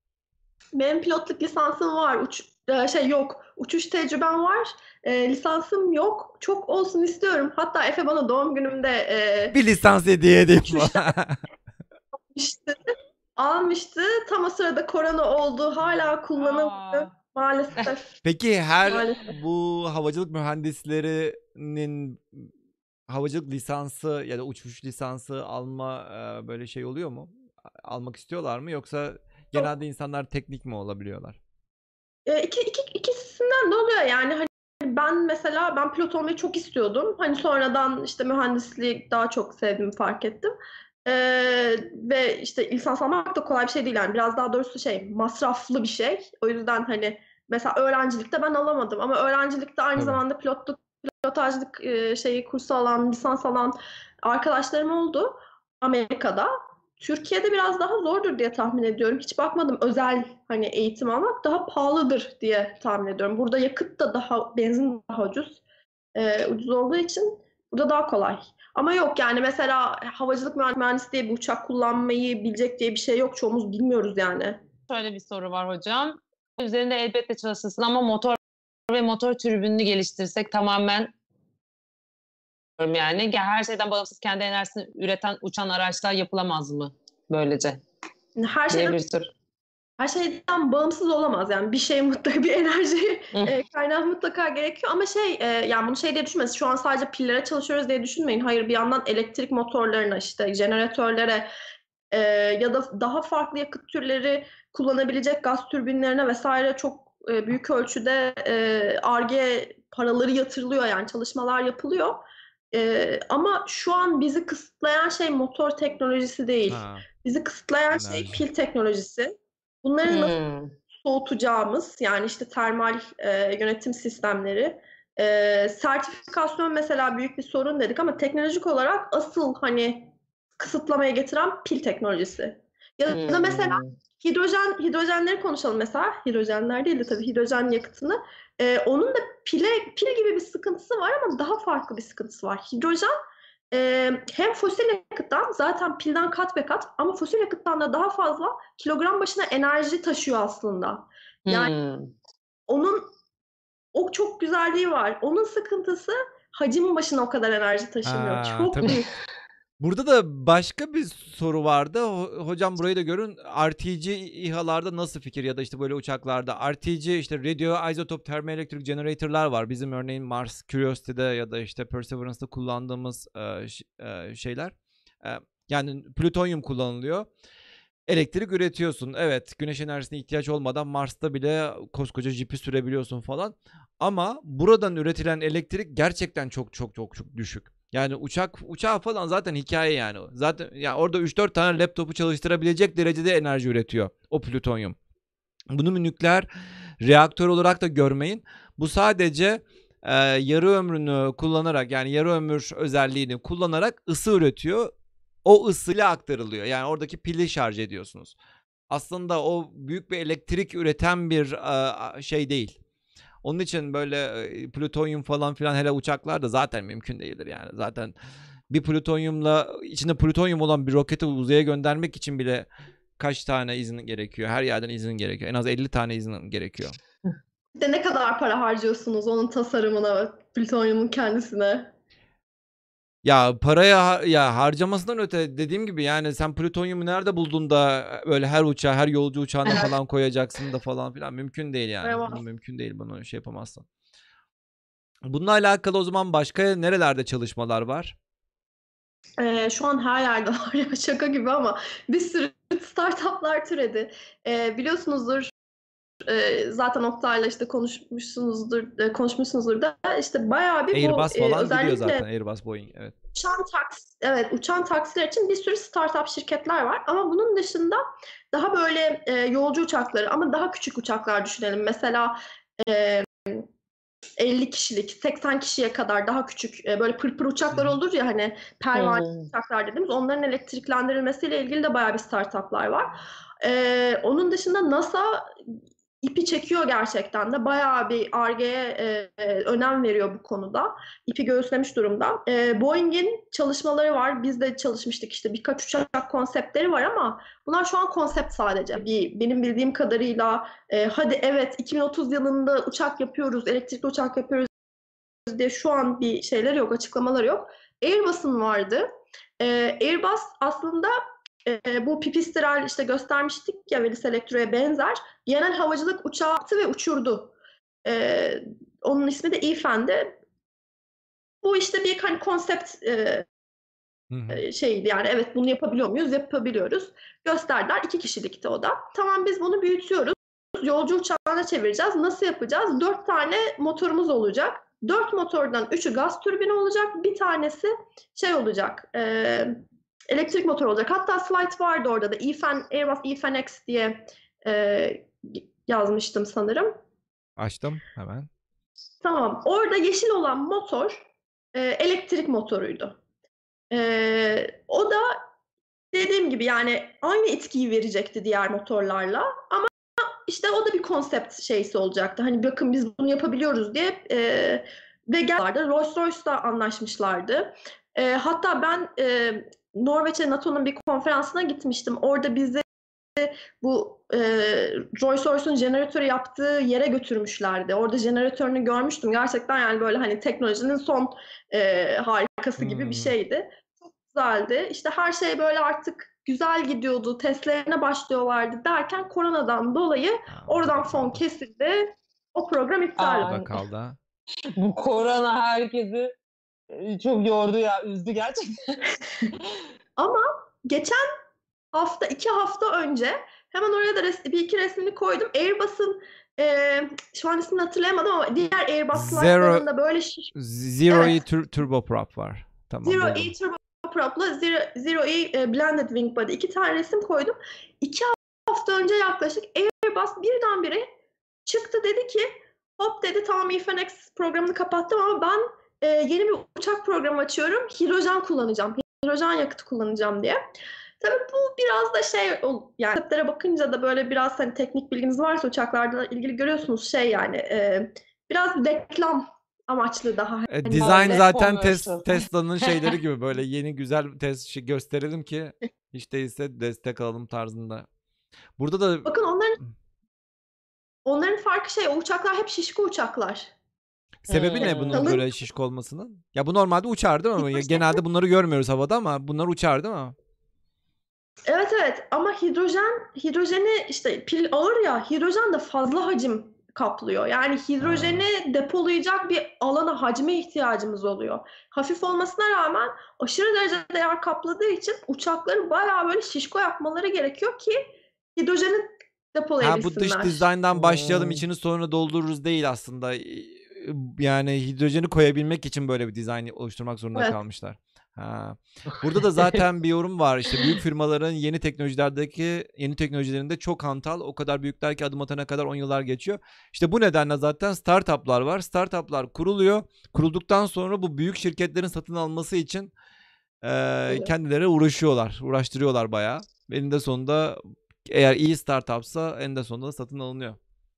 Benim pilotluk lisansım var. Uç, e, şey yok. Uçuş tecrübem var. E, lisansım yok. Çok olsun istiyorum. Hatta Efe bana doğum günümde e, Bir lisans hediye edeyim. uçuşta almıştı. Almıştı. Tam o sırada korona oldu. Hala kullanılmıyor. Aa. Maalesef. Peki her Maalesef. bu havacılık mühendislerinin havacılık lisansı ya da uçuş lisansı alma e, böyle şey oluyor mu? A- Almak istiyorlar mı yoksa genelde insanlar teknik mi olabiliyorlar? E, iki, iki, ikisinden de oluyor yani. Hani hani ben mesela ben pilot olmayı çok istiyordum. Hani sonradan işte mühendisliği daha çok sevdiğimi fark ettim. Ee, ve işte lisans almak da kolay bir şey değil yani. Biraz daha doğrusu şey masraflı bir şey. O yüzden hani mesela öğrencilikte ben alamadım ama öğrencilikte aynı Tabii. zamanda pilotluk, pilotajlık e, şeyi kursu alan, lisans alan arkadaşlarım oldu Amerika'da. Türkiye'de biraz daha zordur diye tahmin ediyorum. Hiç bakmadım, özel hani eğitim almak daha pahalıdır diye tahmin ediyorum. Burada yakıt da daha, benzin daha ucuz. Ee, ucuz olduğu için burada daha kolay. Ama yok yani mesela havacılık mühendisliği bir uçak kullanmayı bilecek diye bir şey yok. Çoğumuz bilmiyoruz yani. Şöyle bir soru var hocam. Üzerinde elbette çalışırsın ama motor ve motor türbününü geliştirsek tamamen yani her şeyden bağımsız kendi enerjisini üreten uçan araçlar yapılamaz mı böylece? Her Diye şeyden bir soru. her şeyden bağımsız olamaz yani bir şey mutlaka bir enerji e, kaynağı mutlaka gerekiyor ama şey e, yani bunu şey diye düşünmeyin, şu an sadece pillere çalışıyoruz diye düşünmeyin. Hayır, bir yandan elektrik motorlarına, işte jeneratörlere e, ya da daha farklı yakıt türleri kullanabilecek gaz türbinlerine vesaire çok e, büyük ölçüde Ar-Ge paraları yatırılıyor, yani çalışmalar yapılıyor. E, ama şu an bizi kısıtlayan şey motor teknolojisi değil. Ha, Bizi kısıtlayan şey enerji. pil teknolojisi. Bunları nasıl Hmm. soğutacağımız, yani işte termal e, yönetim sistemleri, e, sertifikasyon mesela büyük bir sorun dedik ama teknolojik olarak asıl hani kısıtlamaya getiren pil teknolojisi. Ya da mesela Hmm. hidrojen hidrojenleri konuşalım mesela. Hidrojenler değil de tabii hidrojen yakıtını. E, onun da pile pil gibi bir sıkıntısı var ama daha farklı bir sıkıntısı var. Hidrojen e, hem fosil yakıttan, zaten pilden kat be kat, ama fosil yakıttan da daha fazla kilogram başına enerji taşıyor aslında. Yani Hmm. onun o çok güzelliği var. Onun sıkıntısı hacim başına o kadar enerji taşımıyor. Ha, Çok tabii. büyük. Burada da başka bir soru vardı. Ho- Hocam burayı da görün. R T G İHA'larda nasıl fikir ya da işte böyle uçaklarda R T G, işte Radio Isotope Thermoelectric Generator'lar var. Bizim örneğin Mars Curiosity'de ya da işte Perseverance'da kullandığımız e, ş- e, şeyler. E, yani plütonyum kullanılıyor. Elektrik üretiyorsun. Evet, güneş enerjisine ihtiyaç olmadan Mars'ta bile koskoca jipi sürebiliyorsun falan. Ama buradan üretilen elektrik gerçekten çok çok çok çok düşük. Yani uçak uçağı falan zaten hikaye yani. Zaten ya yani orada üç dört tane laptopu çalıştırabilecek derecede enerji üretiyor o plütonyum. Bunu bir nükleer reaktör olarak da görmeyin. Bu sadece e, yarı ömrünü kullanarak, yani yarı ömür özelliğini kullanarak ısı üretiyor. O ısıyla aktarılıyor. Yani oradaki pili şarj ediyorsunuz. Aslında o büyük bir elektrik üreten bir e, şey değil. Onun için böyle e, plütonyum falan filan, hele uçaklarda zaten mümkün değildir yani. Zaten bir plütonyumla, içinde plütonyum olan bir roketi uzaya göndermek için bile kaç tane izin gerekiyor? Her yerden izin gerekiyor. En az elli tane izin gerekiyor. De ne kadar para harcıyorsunuz onun tasarımına, plütonyumun kendisine? Ya paraya ya harcamasından öte, dediğim gibi yani sen plütonyumu nerede buldun da böyle her uçağa, her yolcu uçağına falan koyacaksın da falan filan, mümkün değil yani. Merhaba. Bunu mümkün değil, bunu şey yapamazsın. Bununla alakalı o zaman başka nerelerde çalışmalar var? Ee, şu an her yerde var ya, şaka gibi ama bir sürü startuplar türedi. Ee, biliyorsunuzdur, e, zaten Oktay'la işte konuşmuşsunuzdur, e, konuşmuşsunuzdur da işte bayağı bir bu Airbus e, falan gidiyor özellikle zaten. Airbus, Boeing, evet. uçan taksi, evet, uçan taksiler için bir sürü startup şirketler var ama bunun dışında daha böyle e, yolcu uçakları ama daha küçük uçaklar düşünelim. Mesela e, elli kişilik, seksen kişiye kadar daha küçük e, böyle pırpır uçaklar olur ya, hani pervane Hmm. uçaklar dediğimiz, onların elektriklendirilmesiyle ilgili de bayağı bir startuplar var. E, onun dışında NASA ipi çekiyor gerçekten de, bayağı bir Ar-Ge'ye e, önem veriyor bu konuda. İpi göğüslemiş durumda. E, Boeing'in çalışmaları var. Biz de çalışmıştık, işte birkaç uçak konseptleri var ama bunlar şu an konsept sadece. Bir, benim bildiğim kadarıyla e, hadi evet iki bin otuz yılında uçak yapıyoruz, elektrikli uçak yapıyoruz diye şu an bir şeyler yok, açıklamaları yok. Airbus'un vardı. E, Airbus aslında e, bu pipistrel işte göstermiştik ya, Velis Electro'ya benzer genel havacılık uçağı yaptı ve uçurdu. E, onun ismi de İFEN'di. Bu işte bir hani konsept e, Hı hı. şeydi yani, evet bunu yapabiliyor muyuz? Yapabiliyoruz. Gösterdiler, iki kişilikti o da. Tamam, biz bunu büyütüyoruz. alıyoruz. Yolcu uçağına çevireceğiz. Nasıl yapacağız? Dört tane motorumuz olacak. Dört motordan üçü gaz türbini olacak. Bir tanesi şey olacak. E, elektrik motor olacak. Hatta slide vardı orada da. E F A N, Airbus E F A N X diye e, yazmıştım sanırım. Açtım hemen. Tamam. Orada yeşil olan motor e, elektrik motoruydu. E, o da dediğim gibi yani aynı etkiyi verecekti diğer motorlarla ama işte o da bir konsept şeysi olacaktı. Hani bakın biz bunu yapabiliyoruz diye e, ve geldiler. Rolls-Royce'la anlaşmışlardı. E, hatta ben e, Norveç'e NATO'nun bir konferansına gitmiştim. Orada bizi bu e, Rolls-Royce'un jeneratörü yaptığı yere götürmüşlerdi. Orada jeneratörünü görmüştüm. Gerçekten yani böyle hani teknolojinin son e, harikası gibi bir Hmm. şeydi. Çok güzeldi. İşte her şey böyle artık güzel gidiyordu. Testlerine başlıyorlardı derken koronadan dolayı Ha, oradan orada fon kaldı. kesildi. O program iptal Aa, oldu. Orada kaldı. ha. Bu korona herkesi e, çok yordu ya, üzdü gerçekten. Ama geçen hafta, iki hafta önce hemen oraya da res- bir iki resmini koydum. Airbus'un e, şu an ismini hatırlayamadım ama diğer Airbus Zero slide'larında böyle şiş... Zero Evet. E tur- turboprop var. Tamam Zero buldum. E Turboprop'la Zero, Zero E e, Blended Wing Body iki tane resim koydum. İki hafta önce yaklaşık Airbus birdenbire çıktı dedi ki hop dedi tamam E F A N X programını kapattım ama ben e, yeni bir uçak programı açıyorum. Hidrojen kullanacağım. Hidrojen yakıtı kullanacağım diye. Tabii bu biraz da şey yani konseptlere bakınca da böyle biraz hani teknik bilginiz varsa uçaklarla ilgili görüyorsunuz şey yani e, biraz reklam amaçlı daha E, hani design böyle. zaten Commercial. tes- Tesla'nın şeyleri gibi böyle yeni güzel test şey gösterelim ki hiç değilse destek alalım tarzında. Burada da Bakın onların onların farkı şey o uçaklar hep şişko uçaklar. sebebi ne Hmm. bunun Kalın böyle şişko olmasının? Ya bu normalde uçar değil mi? Ya hidrojen. genelde bunları görmüyoruz havada ama bunlar uçar değil mi? Evet evet ama hidrojen hidrojeni işte pil ağır ya hidrojen de fazla hacim kaplıyor. Yani Ha. hidrojeni depolayacak bir alana hacme ihtiyacımız oluyor. Hafif olmasına rağmen aşırı derecede yer kapladığı için uçakları bayağı böyle şişko yapmaları gerekiyor ki hidrojeni Ha bu dış depolayabilsinler. dizayndan başlayalım Hmm. içini sonra doldururuz değil aslında. Yani hidrojeni koyabilmek için böyle bir dizayn oluşturmak zorunda Evet. kalmışlar. Ha. Burada da zaten bir yorum var. İşte büyük firmaların yeni teknolojilerdeki yeni teknolojilerinde çok hantal. O kadar büyükler ki adım atana kadar on yıllar geçiyor. İşte bu nedenle zaten startuplar var. Startuplar kuruluyor. Kurulduktan sonra bu büyük şirketlerin satın alması için e, Evet. kendileri uğraşıyorlar. Uğraştırıyorlar bayağı. Eninde sonunda eğer iyi startupsa eninde sonunda da satın alınıyor.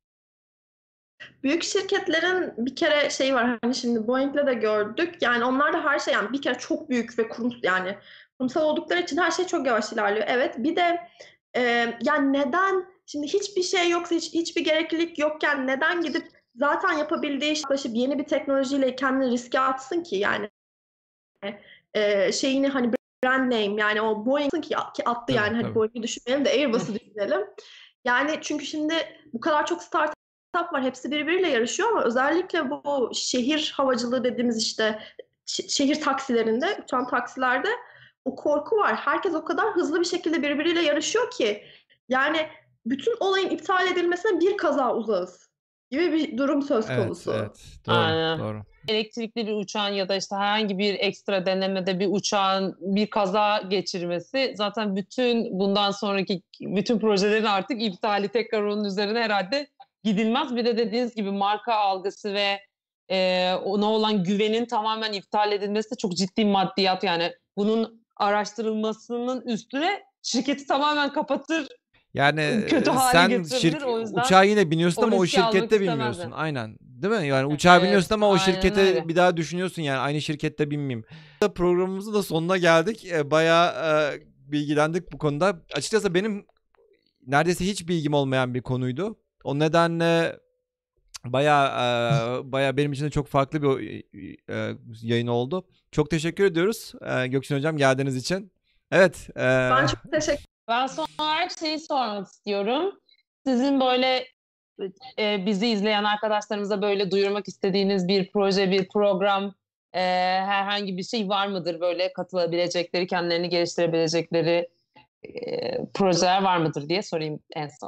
Büyük şirketlerin bir kere şey var hani şimdi Boeing'le de gördük. Yani onlar da her şey yani bir kere çok büyük ve kurum yani kurumsal oldukları için her şey çok yavaş ilerliyor. Evet bir de e, yani neden şimdi hiçbir şey yoksa hiç, hiçbir gereklilik yokken neden gidip zaten yapabildiği işe yaklaşıp yeni bir teknolojiyle kendini riske atsın ki yani e, şeyini hani brand name yani o Boeing ki, ki attı Tabii, yani hani tabii. Boeing'i düşünmeyelim de Airbus'u düşünelim. Yani çünkü şimdi bu kadar çok startup var. Hepsi birbiriyle yarışıyor ama özellikle bu şehir havacılığı dediğimiz işte ş- şehir taksilerinde, uçan taksilerde o korku var. Herkes o kadar hızlı bir şekilde birbiriyle yarışıyor ki yani bütün olayın iptal edilmesine bir kaza uzağız gibi bir durum söz Evet, konusu. evet. Doğru, Aynen. doğru. Elektrikli bir uçağın ya da işte herhangi bir ekstra denemede bir uçağın bir kaza geçirmesi zaten bütün bundan sonraki bütün projelerin artık iptali tekrar onun üzerine herhalde gidilmez. Bir de dediğiniz gibi marka algısı ve e, ona olan güvenin tamamen iptal edilmesi de çok ciddi maddiyat yani. Bunun araştırılmasının üstüne şirketi tamamen kapatır, Yani kötü e, hale sen getirebilir. şirk O yüzden uçağa yine biniyorsun o ama o riski almak şirkette istemezler. binmiyorsun. Aynen. Değil mi? Yani uçağa biniyorsun Evet, ama o aynen şirkete öyle. bir daha düşünüyorsun yani aynı şirkette binmeyeyim. Programımızın da sonuna geldik. E, Bayağı e, bilgilendik bu konuda. Açıkçası benim neredeyse hiç bilgim olmayan bir konuydu. O nedenle bayağı e, bayağı benim için de çok farklı bir e, yayın oldu. Çok teşekkür ediyoruz e, Gökçin Hocam geldiğiniz için. Evet. e, Ben çok teşekkür Ben son olarak şeyi sormak istiyorum. Sizin böyle e, bizi izleyen arkadaşlarımıza böyle duyurmak istediğiniz bir proje, bir program, e, herhangi bir şey var mıdır böyle katılabilecekleri, kendilerini geliştirebilecekleri e, projeler var mıdır diye sorayım en son.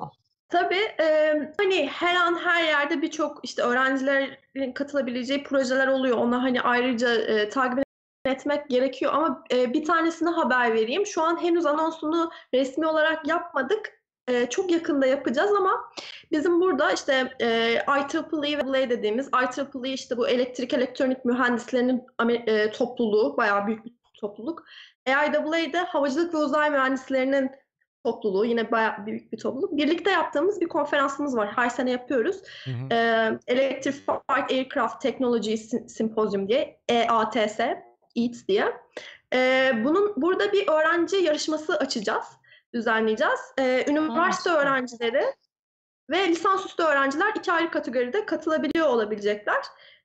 Tabii e, hani her an her yerde birçok işte öğrencilerin katılabileceği projeler oluyor. Ona hani ayrıca e, takip etmek gerekiyor ama e, bir tanesine haber vereyim. Şu an henüz anonsunu resmi olarak yapmadık. E, çok yakında yapacağız ama bizim burada işte e, I triple E ve dediğimiz I triple E işte bu elektrik elektronik mühendislerinin e, topluluğu, bayağı büyük bir topluluk. A I A A'de havacılık ve uzay mühendislerinin topluluğu, yine bayağı büyük bir topluluk. Birlikte yaptığımız bir konferansımız var. Her sene yapıyoruz. Hı hı. Ee, Electrified Aircraft Technology Symposium diye, E A T S, E A T S diye. Ee, bunun burada bir öğrenci yarışması açacağız, düzenleyeceğiz. Ee, üniversite Aa, öğrencileri ve lisansüstü öğrenciler iki ayrı kategoride katılabiliyor olabilecekler.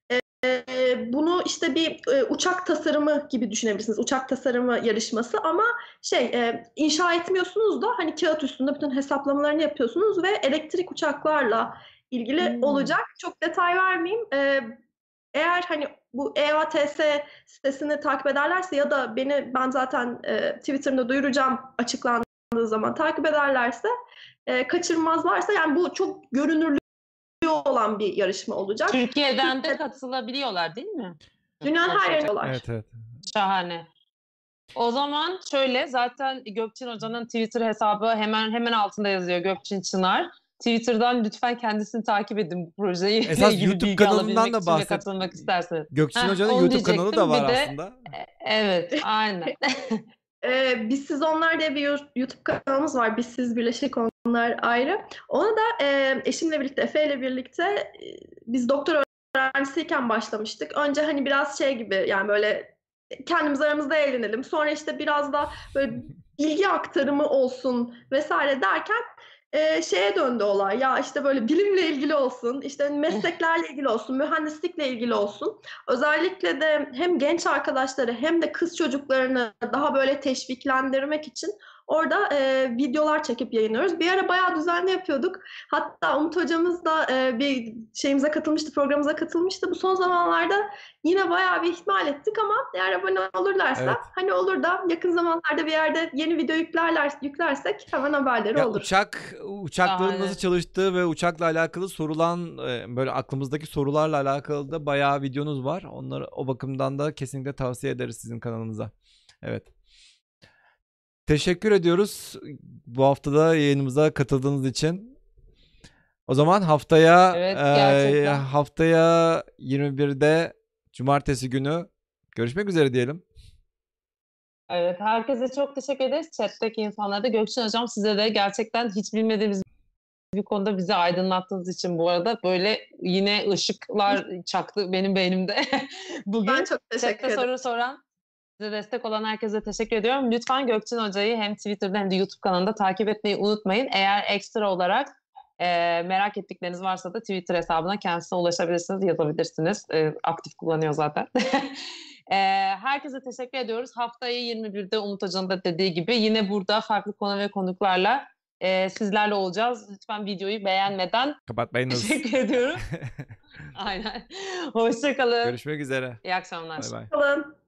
Ee, bunu işte bir e, uçak tasarımı gibi düşünebilirsiniz. Uçak tasarımı yarışması ama şey e, inşa etmiyorsunuz da hani kağıt üstünde bütün hesaplamalarını yapıyorsunuz ve elektrik uçaklarla ilgili Hmm. olacak. Çok detay vermeyeyim. Ee, eğer hani bu E A T S sitesini takip ederlerse ya da beni, ben zaten e, Twitter'da duyuracağım açıklandığı zaman, takip ederlerse, e, kaçırmazlarsa, yani bu çok görünürlü olan bir yarışma olacak. Türkiye'den de katılabiliyorlar değil mi? Dünyanın her yerinde var. Evet evet. Şahane. O zaman şöyle, zaten Gökçin Hoca'nın Twitter hesabı hemen hemen altında yazıyor, Gökçin Çınar. Twitter'dan lütfen kendisini takip edin, bu projeyi Esas ilgili YouTube bilgi kanalından alabilmek da için ve bahset. katılmak isterseniz. Gökçin Heh, Hoca'nın onu YouTube kanalı diyecektim. da var Bir de aslında. evet, aynen. Ee, Biz Siz Onlar diye bir YouTube kanalımız var. Biz Siz Birleşik, Onlar ayrı. Onu da e, eşimle birlikte, Efe ile birlikte e, biz doktor öğrencisiyken başlamıştık. Önce hani biraz şey gibi, yani böyle kendimiz aramızda eğlenelim. Sonra işte biraz da böyle bilgi aktarımı olsun vesaire derken e, şeye döndü olay. Ya işte böyle bilimle ilgili olsun, işte mesleklerle ilgili olsun, mühendislikle ilgili olsun. Özellikle de hem genç arkadaşları hem de kız çocuklarını daha böyle teşviklendirmek için orada e, videolar çekip yayınlıyoruz. Bir ara bayağı düzenli yapıyorduk. Hatta Umut hocamız da e, bir şeyimize katılmıştı, programımıza katılmıştı. Bu son zamanlarda yine bayağı bir ihmal ettik ama eğer abone olurlarsa, Evet. hani olur da yakın zamanlarda bir yerde yeni video yüklerler, yüklersek hemen haberleri Ya olur. uçak, uçakların Şahane. nasıl çalıştığı ve uçakla alakalı sorulan e, böyle aklımızdaki sorularla alakalı da bayağı videonuz var. Onları o bakımdan da kesinlikle tavsiye ederiz sizin kanalınıza. Evet. Teşekkür ediyoruz bu haftada yayınımıza katıldığınız için. O zaman haftaya Evet, e, gerçekten. haftaya yirmi birde Cumartesi günü görüşmek üzere diyelim. Evet, herkese çok teşekkür ederiz. Chat'teki insanlara da. Gökçin Hocam, size de gerçekten hiç bilmediğimiz bir konuda bizi aydınlattığınız için bu arada, böyle yine ışıklar çaktı benim beynimde. Bugün Ben çok teşekkür chatte ederim. soru soran, size destek olan herkese teşekkür ediyorum. Lütfen Gökçin Hoca'yı hem Twitter'da hem de YouTube kanalında takip etmeyi unutmayın. Eğer ekstra olarak e, merak ettikleriniz varsa da Twitter hesabına kendisine ulaşabilirsiniz, yazabilirsiniz. E, aktif kullanıyor zaten. e, herkese teşekkür ediyoruz. Haftaya yirmi birde Umut Hoca'nın da dediği gibi yine burada farklı konu ve konuklarla e, sizlerle olacağız. Lütfen videoyu beğenmeden Kapatmayınız. teşekkür ediyorum. Aynen. Hoşça kalın. Görüşmek üzere. İyi akşamlar. Bay bay. Kalın.